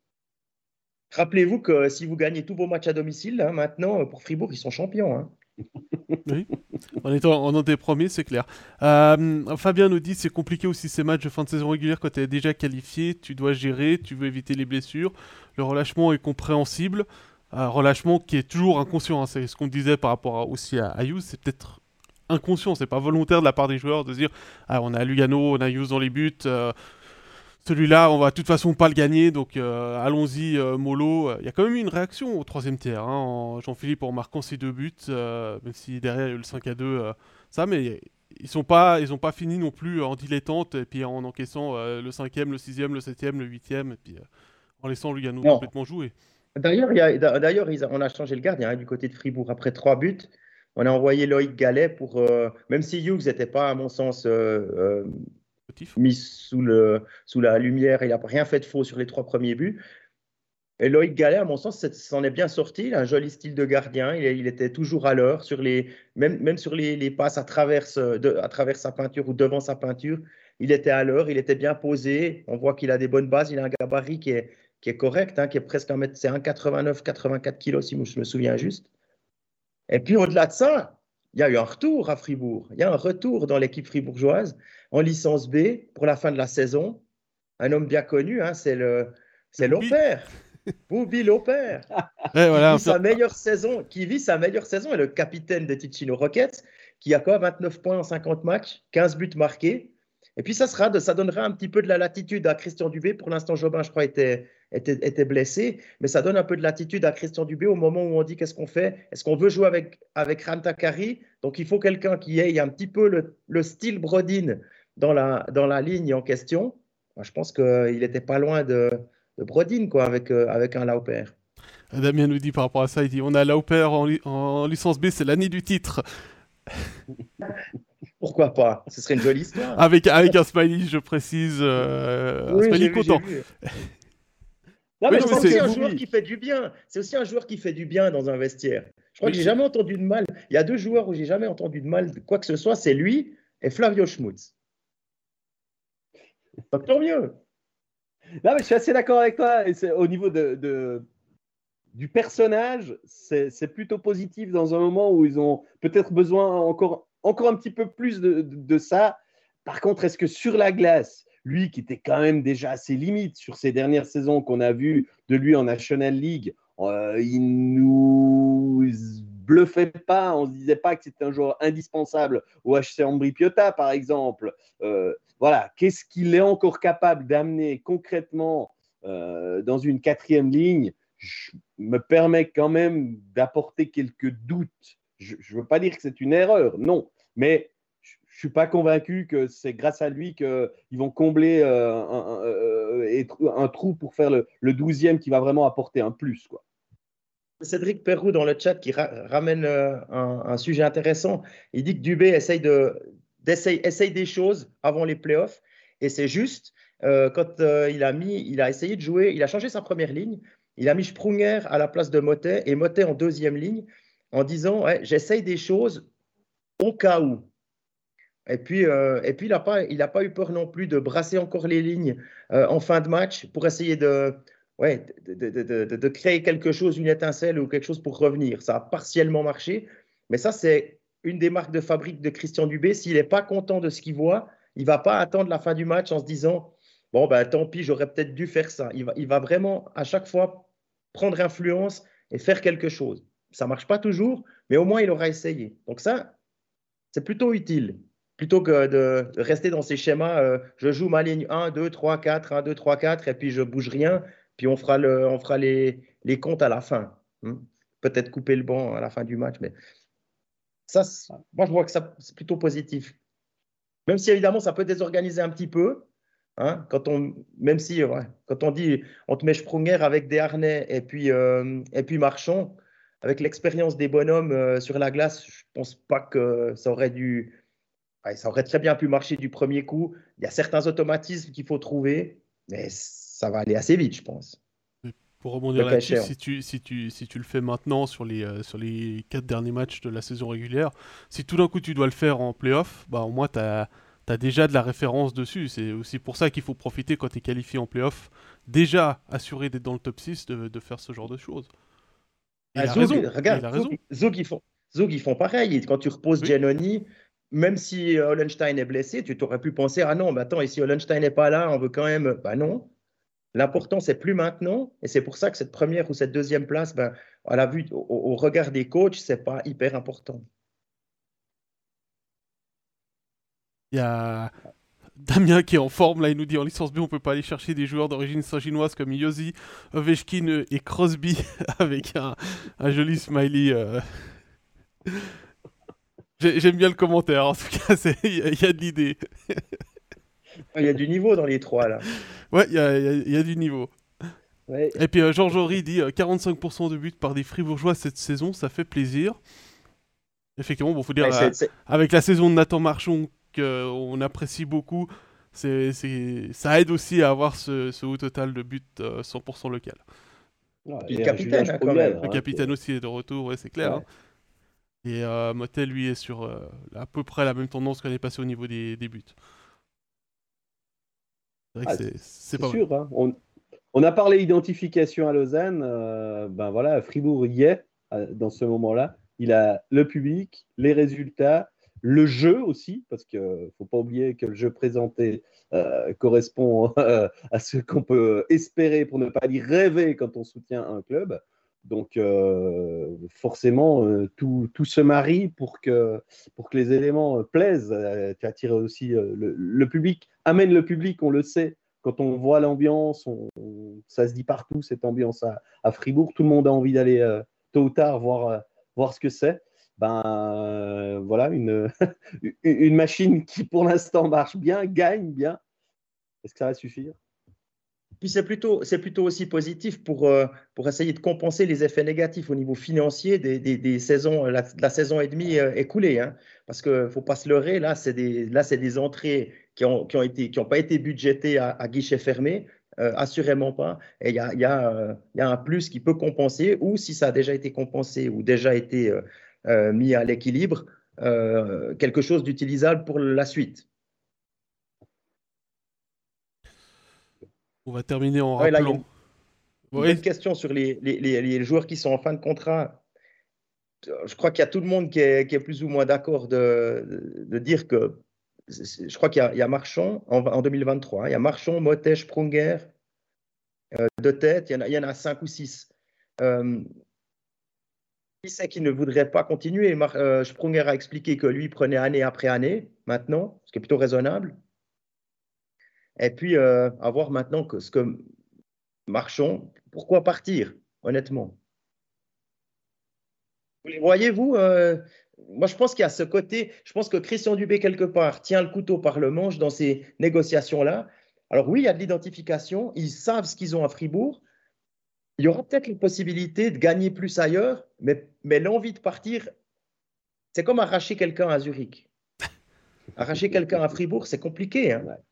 Rappelez-vous que si vous gagnez tous vos matchs à domicile, hein, maintenant, pour Fribourg, ils sont champions. Hein. Oui. En étant en un des premiers, c'est clair. Euh, Fabien nous dit c'est compliqué aussi ces matchs de fin de saison régulière quand tu es déjà qualifié, tu dois gérer, tu veux éviter les blessures. Le relâchement est compréhensible. Un relâchement qui est toujours inconscient. Hein. C'est ce qu'on disait par rapport à- aussi à Ayus. C'est peut-être inconscient, c'est pas volontaire de la part des joueurs de se dire ah, on a Lugano, on a Ayus dans les buts. euh, Celui-là, on va de toute façon pas le gagner, donc euh, allons-y, euh, mollo. Il y a quand même eu une réaction au troisième tiers, hein, en Jean-Philippe en marquant ses deux buts, euh, même si derrière il y a eu le cinq à deux. euh, ça, mais ils sont pas, ils ont pas fini non plus en dilettante, et puis en encaissant euh, le cinquième, le sixième, le septième, le huitième, et puis euh, en laissant Lugano Non. complètement jouer. D'ailleurs, il y a- d'ailleurs, ils a- on a changé le gardien hein, du côté de Fribourg. Après trois buts, on a envoyé Loïc Gallet pour, euh, même si Hughes n'était pas, à mon sens, euh, euh, Motif. mis sous, le, sous la lumière, il n'a rien fait de faux sur les trois premiers buts. Et Loïc Gallet, à mon sens, c'est- s'en est bien sorti. Il a un joli style de gardien. Il, est- il était toujours à l'heure, sur les, même, même sur les, les passes à travers, ce- de- à travers sa peinture ou devant sa peinture. Il était à l'heure, il était bien posé. On voit qu'il a des bonnes bases. Il a un gabarit qui est, qui est correct, hein, qui est presque un mètre, c'est un quatre-vingt-neuf, quatre-vingt-quatre kilos, si je me souviens juste. Et puis au-delà de ça, il y a eu un retour à Fribourg. Il y a un retour dans l'équipe fribourgeoise en licence B pour la fin de la saison. Un homme bien connu, hein, c'est le, C'est c'est Boubi. Lopère. Boubi Lopère, Ouais, qui voilà, un vit peu- sa meilleure saison, qui vit sa meilleure saison, est le capitaine des Ticino Rockets, qui a quoi, vingt-neuf points en cinquante matchs, quinze buts marqués. Et puis ça sera, de, ça donnera un petit peu de la latitude à Christian Dubé. Pour l'instant, Jobin, je crois, était, était, était blessé, mais ça donne un peu de latitude à Christian Dubé au moment où on dit qu'est-ce qu'on fait. Est-ce qu'on veut jouer avec, avec Rantakari? Donc il faut quelqu'un qui ait un petit peu le, le style Brodin dans la, dans la ligne en question. Moi, je pense qu'il n'était pas loin de, de Brodin, quoi, avec, euh, avec un Lauper. Damien nous dit par rapport à ça, il dit on a Lauper en, li- en licence B, c'est l'année du titre. Pourquoi pas? Ce serait une jolie histoire. Avec, avec un smiley, je précise, euh, un Oui, smiley j'ai vu, j'ai content. vu. Non, Oui, mais non, je mais pense C'est c'est- aussi que un Boubi- joueur qui fait du bien. C'est aussi un joueur qui fait du bien dans un vestiaire. Je crois Oui, que j'ai c'est- jamais entendu de mal. Il y a deux joueurs où j'ai jamais entendu de mal de quoi que ce soit, c'est lui et Flavio Schmutz. Donc tant mieux. Non, mais je suis assez d'accord avec toi. Et c'est, au niveau de, de- du personnage, c'est, c'est plutôt positif dans un moment où ils ont peut-être besoin encore, encore un petit peu plus de, de, de ça. Par contre, est-ce que sur la glace, lui qui était quand même déjà à ses limites sur ces dernières saisons qu'on a vues de lui en National League, euh, il nous bluffait pas, on se disait pas que c'était un joueur indispensable au H C Ambri Piotta, par exemple. Euh, voilà, qu'est-ce qu'il est encore capable d'amener concrètement euh, dans une quatrième ligne? Je me permets quand même d'apporter quelques doutes. Je ne veux pas dire que c'est une erreur, non, mais je ne suis pas convaincu que c'est grâce à lui qu'ils vont combler euh, un, un, un, trou pour faire le, le douzième qui va vraiment apporter un plus, quoi. Cédric Perrou dans le chat qui ra ramène euh, un, un, sujet intéressant. Il dit que Dubé essaye, de, essaye, essaye des choses avant les playoffs. Et c'est juste, euh, quand euh, il, a mis, il a essayé de jouer, il a changé sa première ligne. Il a mis Sprunger à la place de Motet et Motet en deuxième ligne en disant ouais, j'essaye des choses au cas où. Et puis, euh, et puis il n'a pas, il a pas eu peur non plus de brasser encore les lignes euh, en fin de match pour essayer de, ouais, de, de, de, de, de créer quelque chose, une étincelle ou quelque chose pour revenir. Ça a partiellement marché, mais ça, c'est une des marques de fabrique de Christian Dubé. S'il n'est pas content de ce qu'il voit, il ne va pas attendre la fin du match en se disant, bon, ben, tant pis, j'aurais peut-être dû faire ça. Il va, il va vraiment, à chaque fois, prendre influence et faire quelque chose. Ça ne marche pas toujours, mais au moins, il aura essayé. Donc ça, c'est plutôt utile. Plutôt que de rester dans ces schémas, euh, je joue ma ligne un, deux, trois, quatre, un, deux, trois, quatre, et puis je bouge rien, puis on fera, le, on fera les, les comptes à la fin. Hmm. Peut-être couper le banc à la fin du match, mais ça, moi, je vois que ça, c'est plutôt positif. Même si, évidemment, ça peut désorganiser un petit peu. Hein, quand on, même si, ouais, quand on dit, on te met Sprunger avec des harnais et puis, euh, et puis Marchand, avec l'expérience des bonhommes euh, sur la glace, je ne pense pas que ça aurait dû Ouais, ça aurait très bien pu marcher du premier coup. Il y a certains automatismes qu'il faut trouver, mais ça va aller assez vite, je pense. Mais pour rebondir Le cas là-dessus, échéant. si tu, si, tu, si tu le fais maintenant sur les, euh, sur les quatre derniers matchs de la saison régulière, si tout d'un coup tu dois le faire en playoff, bah, au moins tu as déjà de la référence dessus. C'est aussi pour ça qu'il faut profiter quand tu es qualifié en playoff, déjà assuré d'être dans le top six, de, de faire ce genre de choses. Et Ah, il a Zug, raison. Et il regarde, a raison. Zug, Zug, ils font, Zug, ils font pareil. Et quand tu reposes Oui. Giannoni, même si euh, Hollenstein est blessé, tu t'aurais pu penser, ah non, mais attends, et si Hollenstein n'est pas là, on veut quand même. Bah non. L'important, c'est plus maintenant. Et c'est pour ça que cette première ou cette deuxième place, ben, à la vue, au, au regard des coachs, c'est pas hyper important. Il y a Damien qui est en forme, là il nous dit en licence B on peut pas aller chercher des joueurs d'origine saint-ginoise comme Yosi, Ovechkin et Crosby avec un, un joli smiley. euh. J'ai- J'aime bien le commentaire, en tout cas il y, a- y a de l'idée. Il y a du niveau dans les trois, là. Ouais, il y a, y a- y a du niveau. Ouais. Et puis euh, Georges Horry dit euh, quarante-cinq pour cent de buts par des Fribourgeois cette saison, ça fait plaisir. Effectivement, bon faut dire, Ouais, euh, c'est- c'est- avec la saison de Nathan Marchand qu'on apprécie beaucoup, c'est, c'est- ça aide aussi à avoir ce, ce haut total de buts euh, cent pour cent local. Ouais, Puis le et un capitaine, Julien hein, quand Sprunger, même. Le hein, capitaine qui aussi est de retour, ouais, c'est est- clair. Hein. ouais. Et euh, Motel, lui, est sur euh, à peu près la même tendance qu'elle est passée au niveau des, des buts. C'est vrai que Ah, c'est c'est c'est c'est pas mal. sûr, hein. On, on a parlé identification à Lausanne. Euh, ben voilà, Fribourg y est euh, dans ce moment-là. Il a le public, les résultats, le jeu aussi, parce qu'il ne faut pas oublier que le jeu présenté euh, correspond euh, à ce qu'on peut espérer, pour ne pas dire rêver, quand on soutient un club. Donc euh, forcément, euh, tout, tout se marie pour que, pour que les éléments euh, plaisent. Euh, tu attires aussi euh, le, le public, amène le public, on le sait. Quand on voit l'ambiance, on, on- ça se dit partout, cette ambiance à, à Fribourg. Tout le monde a envie d'aller euh, tôt ou tard voir, euh, voir ce que c'est. Ben euh, voilà, une, une machine qui pour l'instant marche bien, gagne bien. Est-ce que ça va suffire? Puis c'est plutôt, c'est plutôt aussi positif pour, euh, pour essayer de compenser les effets négatifs au niveau financier des, des, des saisons, la, de la saison et demie euh, écoulée. Hein. Parce qu'il ne faut pas se leurrer, là, c'est des, là, c'est des entrées qui n'ont qui ont été, qui ont pas été budgétées à, à guichet fermé, euh, assurément pas. Et il y a, il y, a, euh, il y a un plus qui peut compenser, ou si ça a déjà été compensé ou déjà été euh, euh, mis à l'équilibre, euh, quelque chose d'utilisable pour la suite. On va terminer en Ah ouais, là, il y a rappelant. une, une bonne Oui, question sur les, les, les, les joueurs qui sont en fin de contrat. Je crois qu'il y a tout le monde qui est, qui est plus ou moins d'accord de, de dire que je crois qu'il y a, il y a Marchand en, en deux mille vingt-trois, hein, il y a Marchand, Motet, Sprunger euh, de tête, il y en a, il y en a cinq ou six. Euh, qui c'est qui ne voudrait pas continuer? Mar, euh, Sprunger a expliqué que lui prenait année après année maintenant, ce qui est plutôt raisonnable. Et puis, euh, à voir maintenant que, ce que Marchand, pourquoi partir, honnêtement? Vous les voyez, vous euh, Moi, je pense qu'il y a ce côté. Je pense que Christian Dubé, quelque part, tient le couteau par le manche dans ces négociations-là. Alors, oui, il y a de l'identification. Ils savent ce qu'ils ont à Fribourg. Il y aura peut-être une possibilité de gagner plus ailleurs, mais, mais l'envie de partir, c'est comme arracher quelqu'un à Zurich. Arracher quelqu'un à Fribourg, c'est compliqué. Hein. Ouais.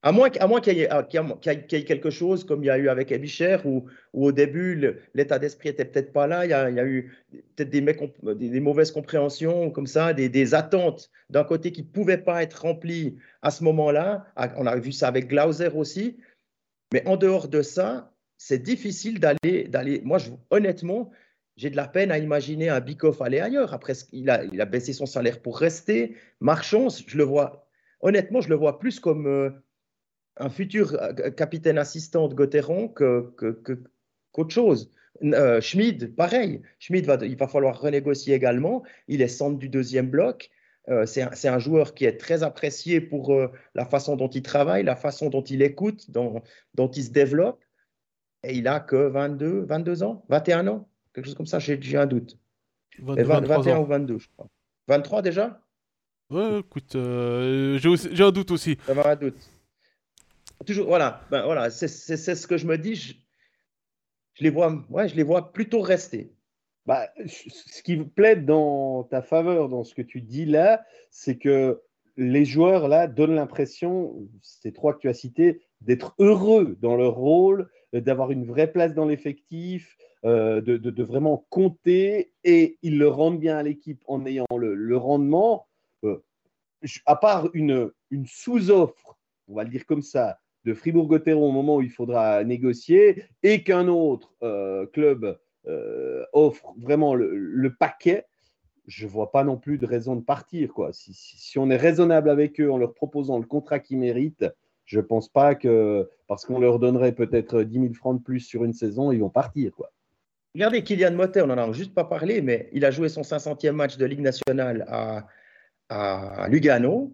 À moins, qu'- à moins qu'il y, ait ah, qu'il y ait- qu'il y ait- qu'il y ait quelque chose comme il y a eu avec Ebicher, où, où au début, le- l'état d'esprit était peut-être pas là. Il y a, il y a eu peut-être des, mécomp- des, des mauvaises compréhensions, comme ça, des, des attentes d'un côté qui ne pouvaient pas être remplies à ce moment-là. Ah, on a vu ça avec Glauser aussi. Mais en dehors de ça, c'est difficile d'aller, d'aller. Moi, je- honnêtement, j'ai de la peine à imaginer un Bikoff aller ailleurs. Après, ce- il a, il a baissé son salaire pour rester. Marchand, je le vois, honnêtement, je le vois plus comme euh, un futur euh, capitaine assistant de Gauthieron que, que- que- qu'autre chose. Euh, Schmid, pareil. Schmid, va, il va falloir renégocier également. Il est centre du deuxième bloc. Euh, c'est un, c'est un joueur qui est très apprécié pour euh, la façon dont il travaille, la façon dont il écoute, dont, dont il se développe. Et il a que vingt-deux, vingt-deux ans, vingt et un ans, quelque chose comme ça, j'ai, j'ai un doute. Mais vingt-deux, vingt, vingt-trois vingt et un ans. ou vingt-deux, je crois. vingt-trois déjà? Ouais, écoute, euh, j'ai aussi- j'ai un doute aussi. J'avais un doute. Toujours, voilà, ben, voilà c'est, c'est, c'est ce que je me dis. Je, je les vois, ouais, je les vois plutôt rester. Bah, ce qui plaide dans ta faveur, dans ce que tu dis là, c'est que les joueurs là donnent l'impression, ces trois que tu as cités, d'être heureux dans leur rôle, d'avoir une vraie place dans l'effectif, euh, de, de, de vraiment compter, et ils le rendent bien à l'équipe en ayant le, le rendement. Euh, à part une, une sous-offre, on va le dire comme ça, de Fribourg-Gotteron au moment où il faudra négocier, et qu'un autre euh, club euh, offre vraiment le, le paquet, je ne vois pas non plus de raison de partir, quoi. Si, si, si on est raisonnable avec eux en leur proposant le contrat qu'ils méritent, je ne pense pas que, parce qu'on leur donnerait peut-être dix mille francs de plus sur une saison, ils vont partir, quoi. Regardez Kylian Motet, on n'en a juste pas parlé, mais il a joué son cinq centième match de Ligue nationale à, à Lugano.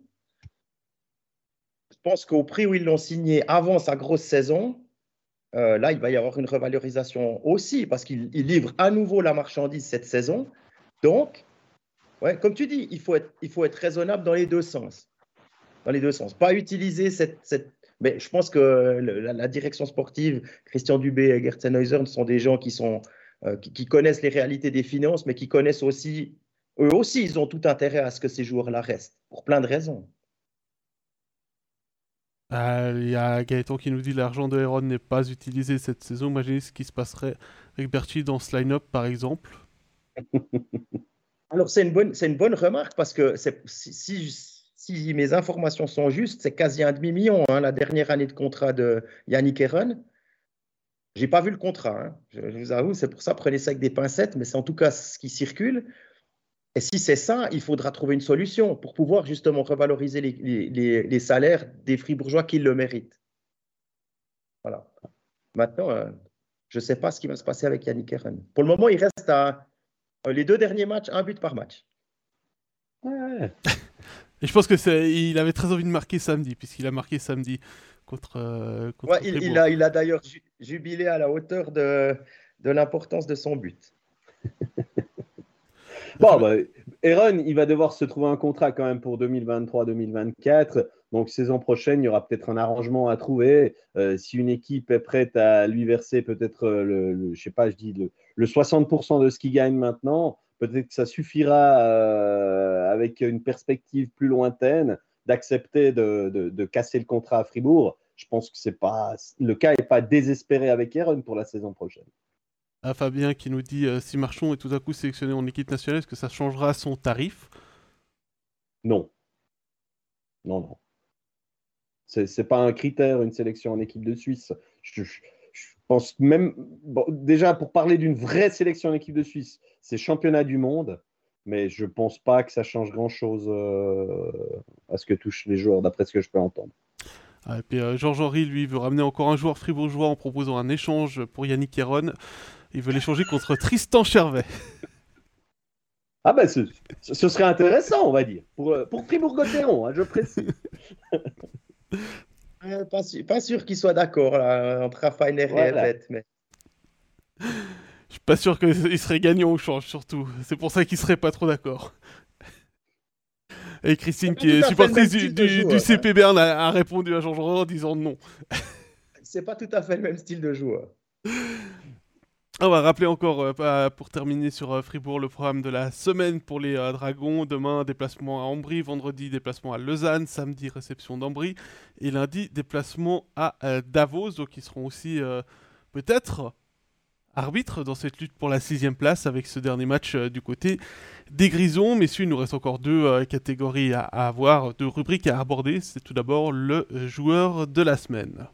Je pense qu'au prix où ils l'ont signé avant sa grosse saison, euh, là, il va y avoir une revalorisation aussi, parce qu'il il livre à nouveau la marchandise cette saison. Donc, ouais, comme tu dis, il faut être, il faut être raisonnable dans les deux sens. Dans les deux sens. Pas utiliser cette. cette... Mais je pense que le- la, la direction sportive, Christian Dubé et Gert Sennhauser sont des gens qui, sont, euh, qui, qui connaissent les réalités des finances, mais qui connaissent aussi, eux aussi, ils ont tout intérêt à ce que ces joueurs-là restent, pour plein de raisons. Euh, Il y a Gaëtan qui nous dit l'argent de Heron n'est pas utilisé cette saison. Imaginez ce qui se passerait avec Berti dans ce line-up, par exemple. Alors, c'est une bonne, c'est une bonne remarque parce que c'est, si, si, si mes informations sont justes, c'est quasi un demi-million, hein, la dernière année de contrat de Yannick Heron. Je n'ai pas vu le contrat, hein, je, je vous avoue, c'est pour ça, prenez ça avec des pincettes, mais c'est en tout cas ce qui circule. Et si c'est ça, il faudra trouver une solution pour pouvoir justement revaloriser les, les, les, les salaires des Fribourgeois qui le méritent. Voilà. Maintenant, euh, je ne sais pas ce qui va se passer avec Yannick Heron. Pour le moment, il reste à euh, les deux derniers matchs, un but par match. Ouais. Et je pense que c'est, il avait très envie de marquer samedi, puisqu'il a marqué samedi contre, euh, contre Ouais, il, il Fribourg. a, il a d'ailleurs ju- jubilé à la hauteur de, de l'importance de son but. Bon, bah, Heron, il va devoir se trouver un contrat quand même pour deux mille vingt-trois deux mille vingt-quatre. Donc, saison prochaine, il y aura peut-être un arrangement à trouver. Euh, si une équipe est prête à lui verser peut-être le, le je sais pas, je dis le, le soixante pour cent de ce qu'il gagne maintenant, peut-être que ça suffira euh, avec une perspective plus lointaine d'accepter de, de, de casser le contrat à Fribourg. Je pense que c'est pas, le cas n'est pas désespéré avec Heron pour la saison prochaine. Ah, Fabien qui nous dit euh, si Marchand est tout à coup sélectionné en équipe nationale, est-ce que ça changera son tarif? Non. Non, non. C'est, c'est pas un critère, une sélection en équipe de Suisse. Je, je, je pense même, bon, déjà pour parler d'une vraie sélection en équipe de Suisse, c'est championnat du monde, mais je pense pas que ça change grand-chose euh, à ce que touchent les joueurs, d'après ce que je peux entendre. Ah, et puis euh, Georges-Henri, lui, veut ramener encore un joueur fribourgeois en proposant un échange pour Yannick Heron. Il veut l'échanger contre Tristan Chervet. Ah ben, ce, ce serait intéressant, on va dire, pour, pour Fribourg-Gotteron, hein, je précise. Euh, pas sûr, pas sûr qu'il soit d'accord là, entre Raffiner Voilà. et Helvet. Mais... Je suis pas sûr qu'il serait gagnant au change, surtout. C'est pour ça qu'il serait pas trop d'accord. Et Christine, qui est supportrice du, du, joueur, du C P hein. Berne, a, a répondu à Georges-Henri en disant non. C'est pas tout à fait le même style de joueur. On va rappeler encore, euh, pour terminer sur euh, Fribourg, le programme de la semaine pour les euh, Dragons. Demain, déplacement à Ambry. Vendredi, déplacement à Lausanne. Samedi, réception d'Ambry. Et lundi, déplacement à euh, Davos. Donc, ils seront aussi euh, peut-être arbitres dans cette lutte pour la sixième place avec ce dernier match euh, du côté des Grisons. Messieurs, il nous reste encore deux euh, catégories à, à avoir, deux rubriques à aborder. C'est tout d'abord le euh, joueur de la semaine.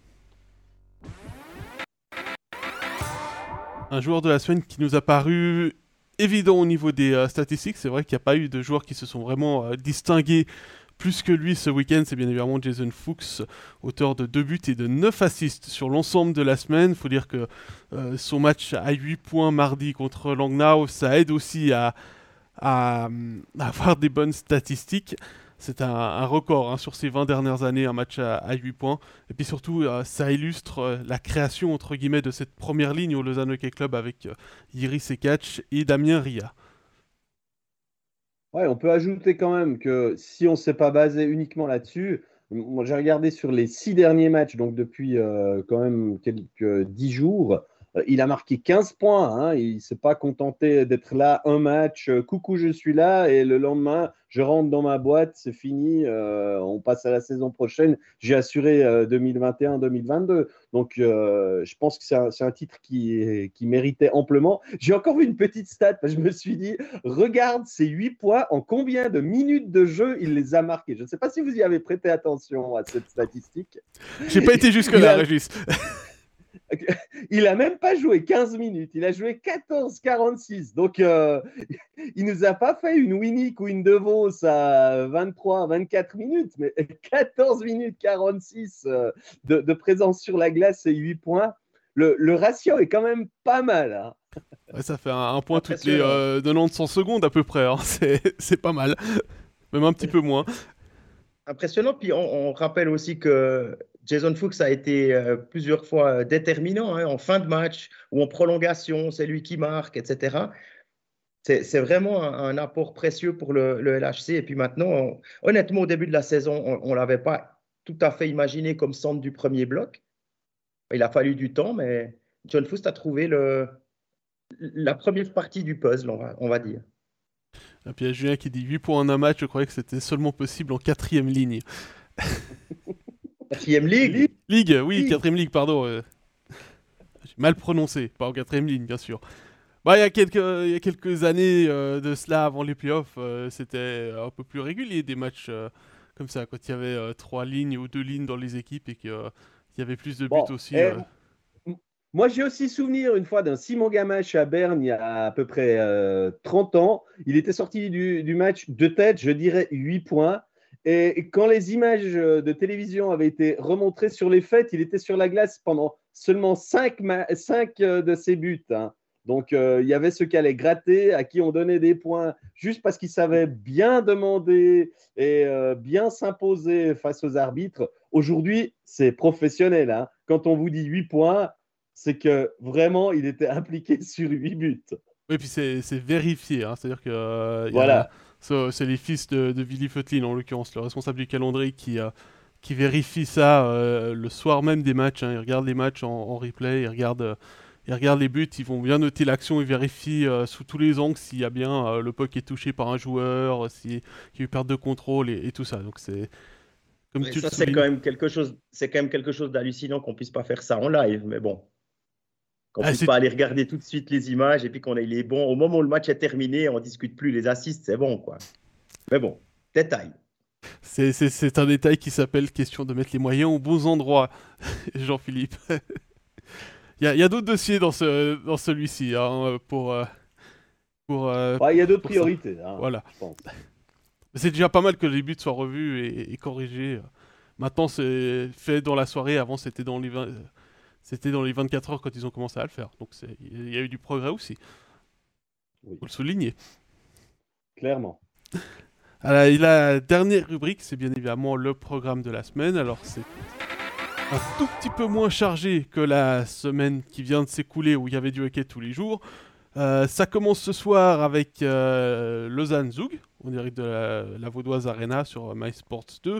Un joueur de la semaine qui nous a paru évident au niveau des euh, statistiques. C'est vrai qu'il n'y a pas eu de joueurs qui se sont vraiment euh, distingués plus que lui ce week-end. C'est bien évidemment Jason Fuchs, auteur de deux buts et de neuf assists sur l'ensemble de la semaine. Il faut dire que euh, son match à huit points mardi contre Langnau, ça aide aussi à, à, à avoir des bonnes statistiques. C'est un, un record hein, sur ces vingt dernières années, un match à, à huit points. Et puis surtout, euh, ça illustre euh, la création, entre guillemets, de cette première ligne au Lausanne Hockey Club avec euh, Jiri Sekac et Damien Ria. Ouais, on peut ajouter quand même que si on ne s'est pas basé uniquement là-dessus, moi j'ai regardé sur les six derniers matchs, donc depuis euh, quand même quelques dix jours, euh, il a marqué quinze points. Hein, il ne s'est pas contenté d'être là un match, euh, coucou je suis là, et le lendemain je rentre dans ma boîte, c'est fini, euh, on passe à la saison prochaine, j'ai assuré euh, deux mille vingt et un deux mille vingt-deux. Donc euh, je pense que c'est un, c'est un titre qui, qui méritait amplement. J'ai encore vu une petite stat, parce que je me suis dit, regarde ces huit points, en combien de minutes de jeu il les a marqués. Je ne sais pas si vous y avez prêté attention à cette statistique. J'ai pas été jusque-là, a... Régis. Il a même pas joué quinze minutes, il a joué quatorze quarante-six. Donc, euh, il nous a pas fait une Winnick ou une DeVos à vingt-trois vingt-quatre minutes, mais quatorze minutes quarante-six euh, de, de présence sur la glace et huit points. Le, le ratio est quand même pas mal. Hein. Ouais, ça fait un, un point toutes les euh, quatre-vingt-dix secondes à peu près. Hein. C'est, c'est pas mal. Même un petit peu moins. Impressionnant. Puis on, on rappelle aussi que Jason Fuchs a été euh, plusieurs fois déterminant hein, en fin de match ou en prolongation. C'est lui qui marque, et cetera. C'est, c'est vraiment un, un apport précieux pour le, le L H C. Et puis maintenant, on, honnêtement, au début de la saison, on ne l'avait pas tout à fait imaginé comme centre du premier bloc. Il a fallu du temps, mais John Fuchs a trouvé le, la première partie du puzzle, on va, on va dire. Et puis il y a Julien qui dit huit points en un match, je croyais que c'était seulement possible en quatrième ligne. Quatrième ligue Ligue, oui, ligue. Quatrième ligue, pardon. Euh... J'ai mal prononcé, pas en quatrième ligne, bien sûr. Bah, il y a quelques, il y a quelques années euh, de cela, avant les playoffs, euh, c'était un peu plus régulier, des matchs euh, comme ça, quand il y avait euh, trois lignes ou deux lignes dans les équipes et qu'il euh, y avait plus de buts bon, aussi. Eh, euh... Moi, j'ai aussi souvenir une fois d'un Simon Gamache à Berne il y a à peu près euh, trente ans. Il était sorti du, du match de tête, je dirais huit points. Et quand les images de télévision avaient été remontrées sur les faits, il était sur la glace pendant seulement cinq de ses buts. Hein. Donc, euh, il y avait ceux qui allaient gratter, à qui on donnait des points juste parce qu'ils savaient bien demander et euh, bien s'imposer face aux arbitres. Aujourd'hui, c'est professionnel. Hein. Quand on vous dit huit points, c'est que vraiment, il était impliqué sur huit buts. Oui, puis c'est, c'est vérifié. Hein. C'est-à-dire que euh, voilà. a, c'est, c'est les fils de, de Willy Feutlin, en l'occurrence, le responsable du calendrier, qui, euh, qui vérifie ça euh, le soir même des matchs. Hein. Ils regardent les matchs en, en replay, ils regardent, euh, ils regardent les buts, ils vont bien noter l'action, ils vérifient euh, sous tous les angles s'il y a bien euh, le puck qui est touché par un joueur, s'il y a eu perte de contrôle et, et tout ça. Donc c'est... Comme tu ça, c'est quand même quelque chose, c'est quand même quelque chose d'hallucinant qu'on ne puisse pas faire ça en live, mais bon. Qu'on ne ah, puisse c'est... pas aller regarder tout de suite les images et puis qu'on ait les bons. Au moment où le match est terminé, on ne discute plus les assists, c'est bon, quoi. Mais bon, détail. C'est, c'est, c'est un détail qui s'appelle question de mettre les moyens aux bons endroits, Jean-Philippe. Il y, y a d'autres dossiers dans, ce, dans celui-ci hein, pour. Euh, pour euh, ouais, il y a d'autres priorités. Hein, voilà. Je pense. C'est déjà pas mal que les buts soient revus et, et corrigés. Maintenant, c'est fait dans la soirée. Avant, c'était dans les, vingt... c'était dans les vingt-quatre heures quand ils ont commencé à le faire. Donc, il y a eu du progrès aussi. Il oui. faut le souligner. Clairement. Alors, et la dernière rubrique, c'est bien évidemment le programme de la semaine. Alors, c'est un tout petit peu moins chargé que la semaine qui vient de s'écouler où il y avait du hockey tous les jours. Euh, ça commence ce soir avec euh, Lausanne Zug, en direct de la, la Vaudoise Arena sur MySports deux.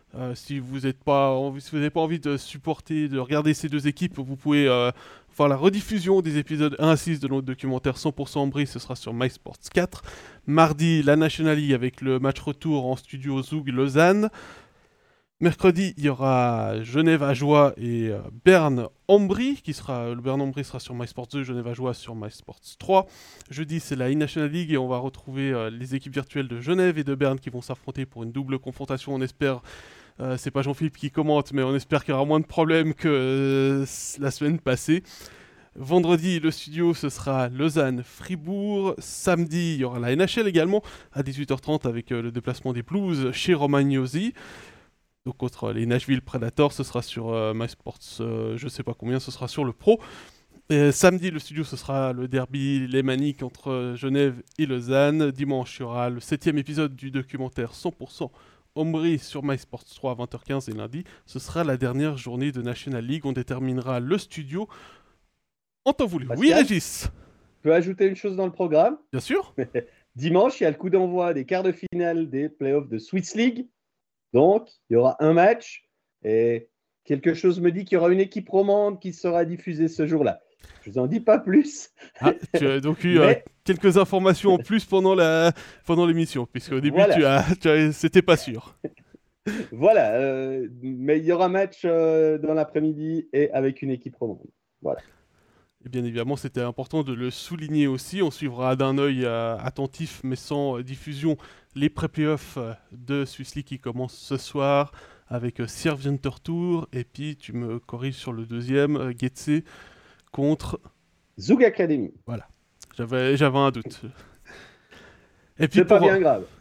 Euh, si vous n'avez pas, envie- si vous n'avez pas envie de supporter, de regarder ces deux équipes, vous pouvez euh, voir la rediffusion des épisodes un à six de notre documentaire cent pour cent Ambry, ce sera sur MySports quatre. Mardi, la National League avec le match retour en studio Zoug Lausanne. Mercredi, il y aura Genève Ajoie et euh, Berne Ambry, qui sera, le Berne Ambry sera sur MySports deux, Genève Ajoie sur MySports trois. Jeudi, c'est la E-National League et on va retrouver euh, les équipes virtuelles de Genève et de Berne qui vont s'affronter pour une double confrontation. On espère, euh, c'est pas Jean-Philippe qui commente, mais on espère qu'il y aura moins de problèmes que euh, la semaine passée. Vendredi, le studio, ce sera Lausanne-Fribourg. Samedi, il y aura la N H L également, à dix-huit heures trente avec euh, le déplacement des Blues chez Romagnosi. Donc contre les Nashville Predators, ce sera sur euh, MySports, euh, je sais pas combien, ce sera sur le Pro. Et samedi, le studio, ce sera le derby lémanique entre euh, Genève et Lausanne. Dimanche, il y aura le septième épisode du documentaire cent pour cent Ambry sur MySports trois à vingt heures quinze. Et lundi, ce sera la dernière journée de National League. On déterminera le studio en temps voulu. Pascal, oui, Régis. Je peux ajouter une chose dans le programme. Bien sûr. Dimanche, il y a le coup d'envoi des quarts de finale des playoffs de Swiss League. Donc, il y aura un match et quelque chose me dit qu'il y aura une équipe romande qui sera diffusée ce jour-là. Je vous en dis pas plus. Ah, tu as donc eu Mais... euh, quelques informations en plus pendant, la... pendant l'émission, puisque au début, Voilà. tu as... tu as... c'était pas sûr. Voilà, euh, mais il y aura match euh, dans l'après-midi et avec une équipe romande. Voilà. Et bien évidemment, c'était important de le souligner aussi. On suivra d'un œil euh, attentif, mais sans euh, diffusion, les pré-playoffs euh, de Swiss League qui commencent ce soir avec euh, Sierre Winterthur. Et puis, tu me corriges sur le deuxième, euh, Getse contre Zoug Academy. Voilà, j'avais, j'avais un doute. Et puis C'est pas pour... bien grave.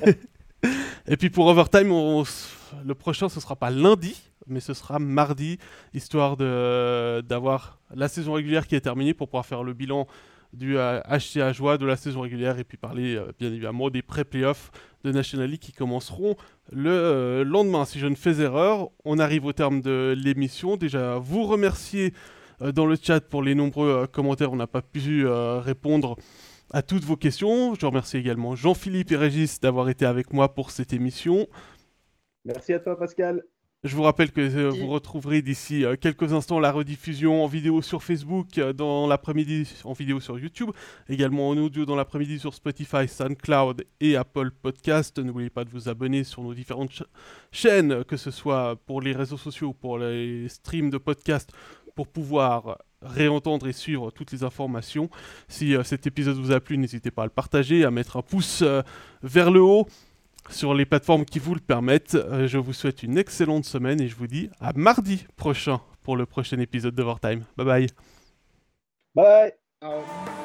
Et puis pour Overtime, on... le prochain, ce sera pas lundi, mais ce sera mardi, histoire de... d'avoir la saison régulière qui est terminée pour pouvoir faire le bilan du H C Ajoie de la saison régulière et puis parler euh, bien évidemment des pré-playoffs de National League qui commenceront le euh, lendemain. Si je ne fais erreur, on arrive au terme de l'émission. Déjà, vous remercier euh, dans le chat pour les nombreux euh, commentaires. On n'a pas pu euh, répondre à toutes vos questions. Je remercie également Jean-Philippe et Régis d'avoir été avec moi pour cette émission. Merci à toi, Pascal. Je vous rappelle que euh, vous retrouverez d'ici euh, quelques instants la rediffusion en vidéo sur Facebook, euh, dans l'après-midi en vidéo sur YouTube, également en audio dans l'après-midi sur Spotify, SoundCloud et Apple Podcast. N'oubliez pas de vous abonner sur nos différentes ch- chaînes, que ce soit pour les réseaux sociaux ou pour les streams de podcast, pour pouvoir réentendre et suivre toutes les informations. Si euh, cet épisode vous a plu, n'hésitez pas à le partager, à mettre un pouce euh, vers le haut sur les plateformes qui vous le permettent. Euh, je vous souhaite une excellente semaine et je vous dis à mardi prochain pour le prochain épisode d'Overtime. Bye bye. Bye. Ciao.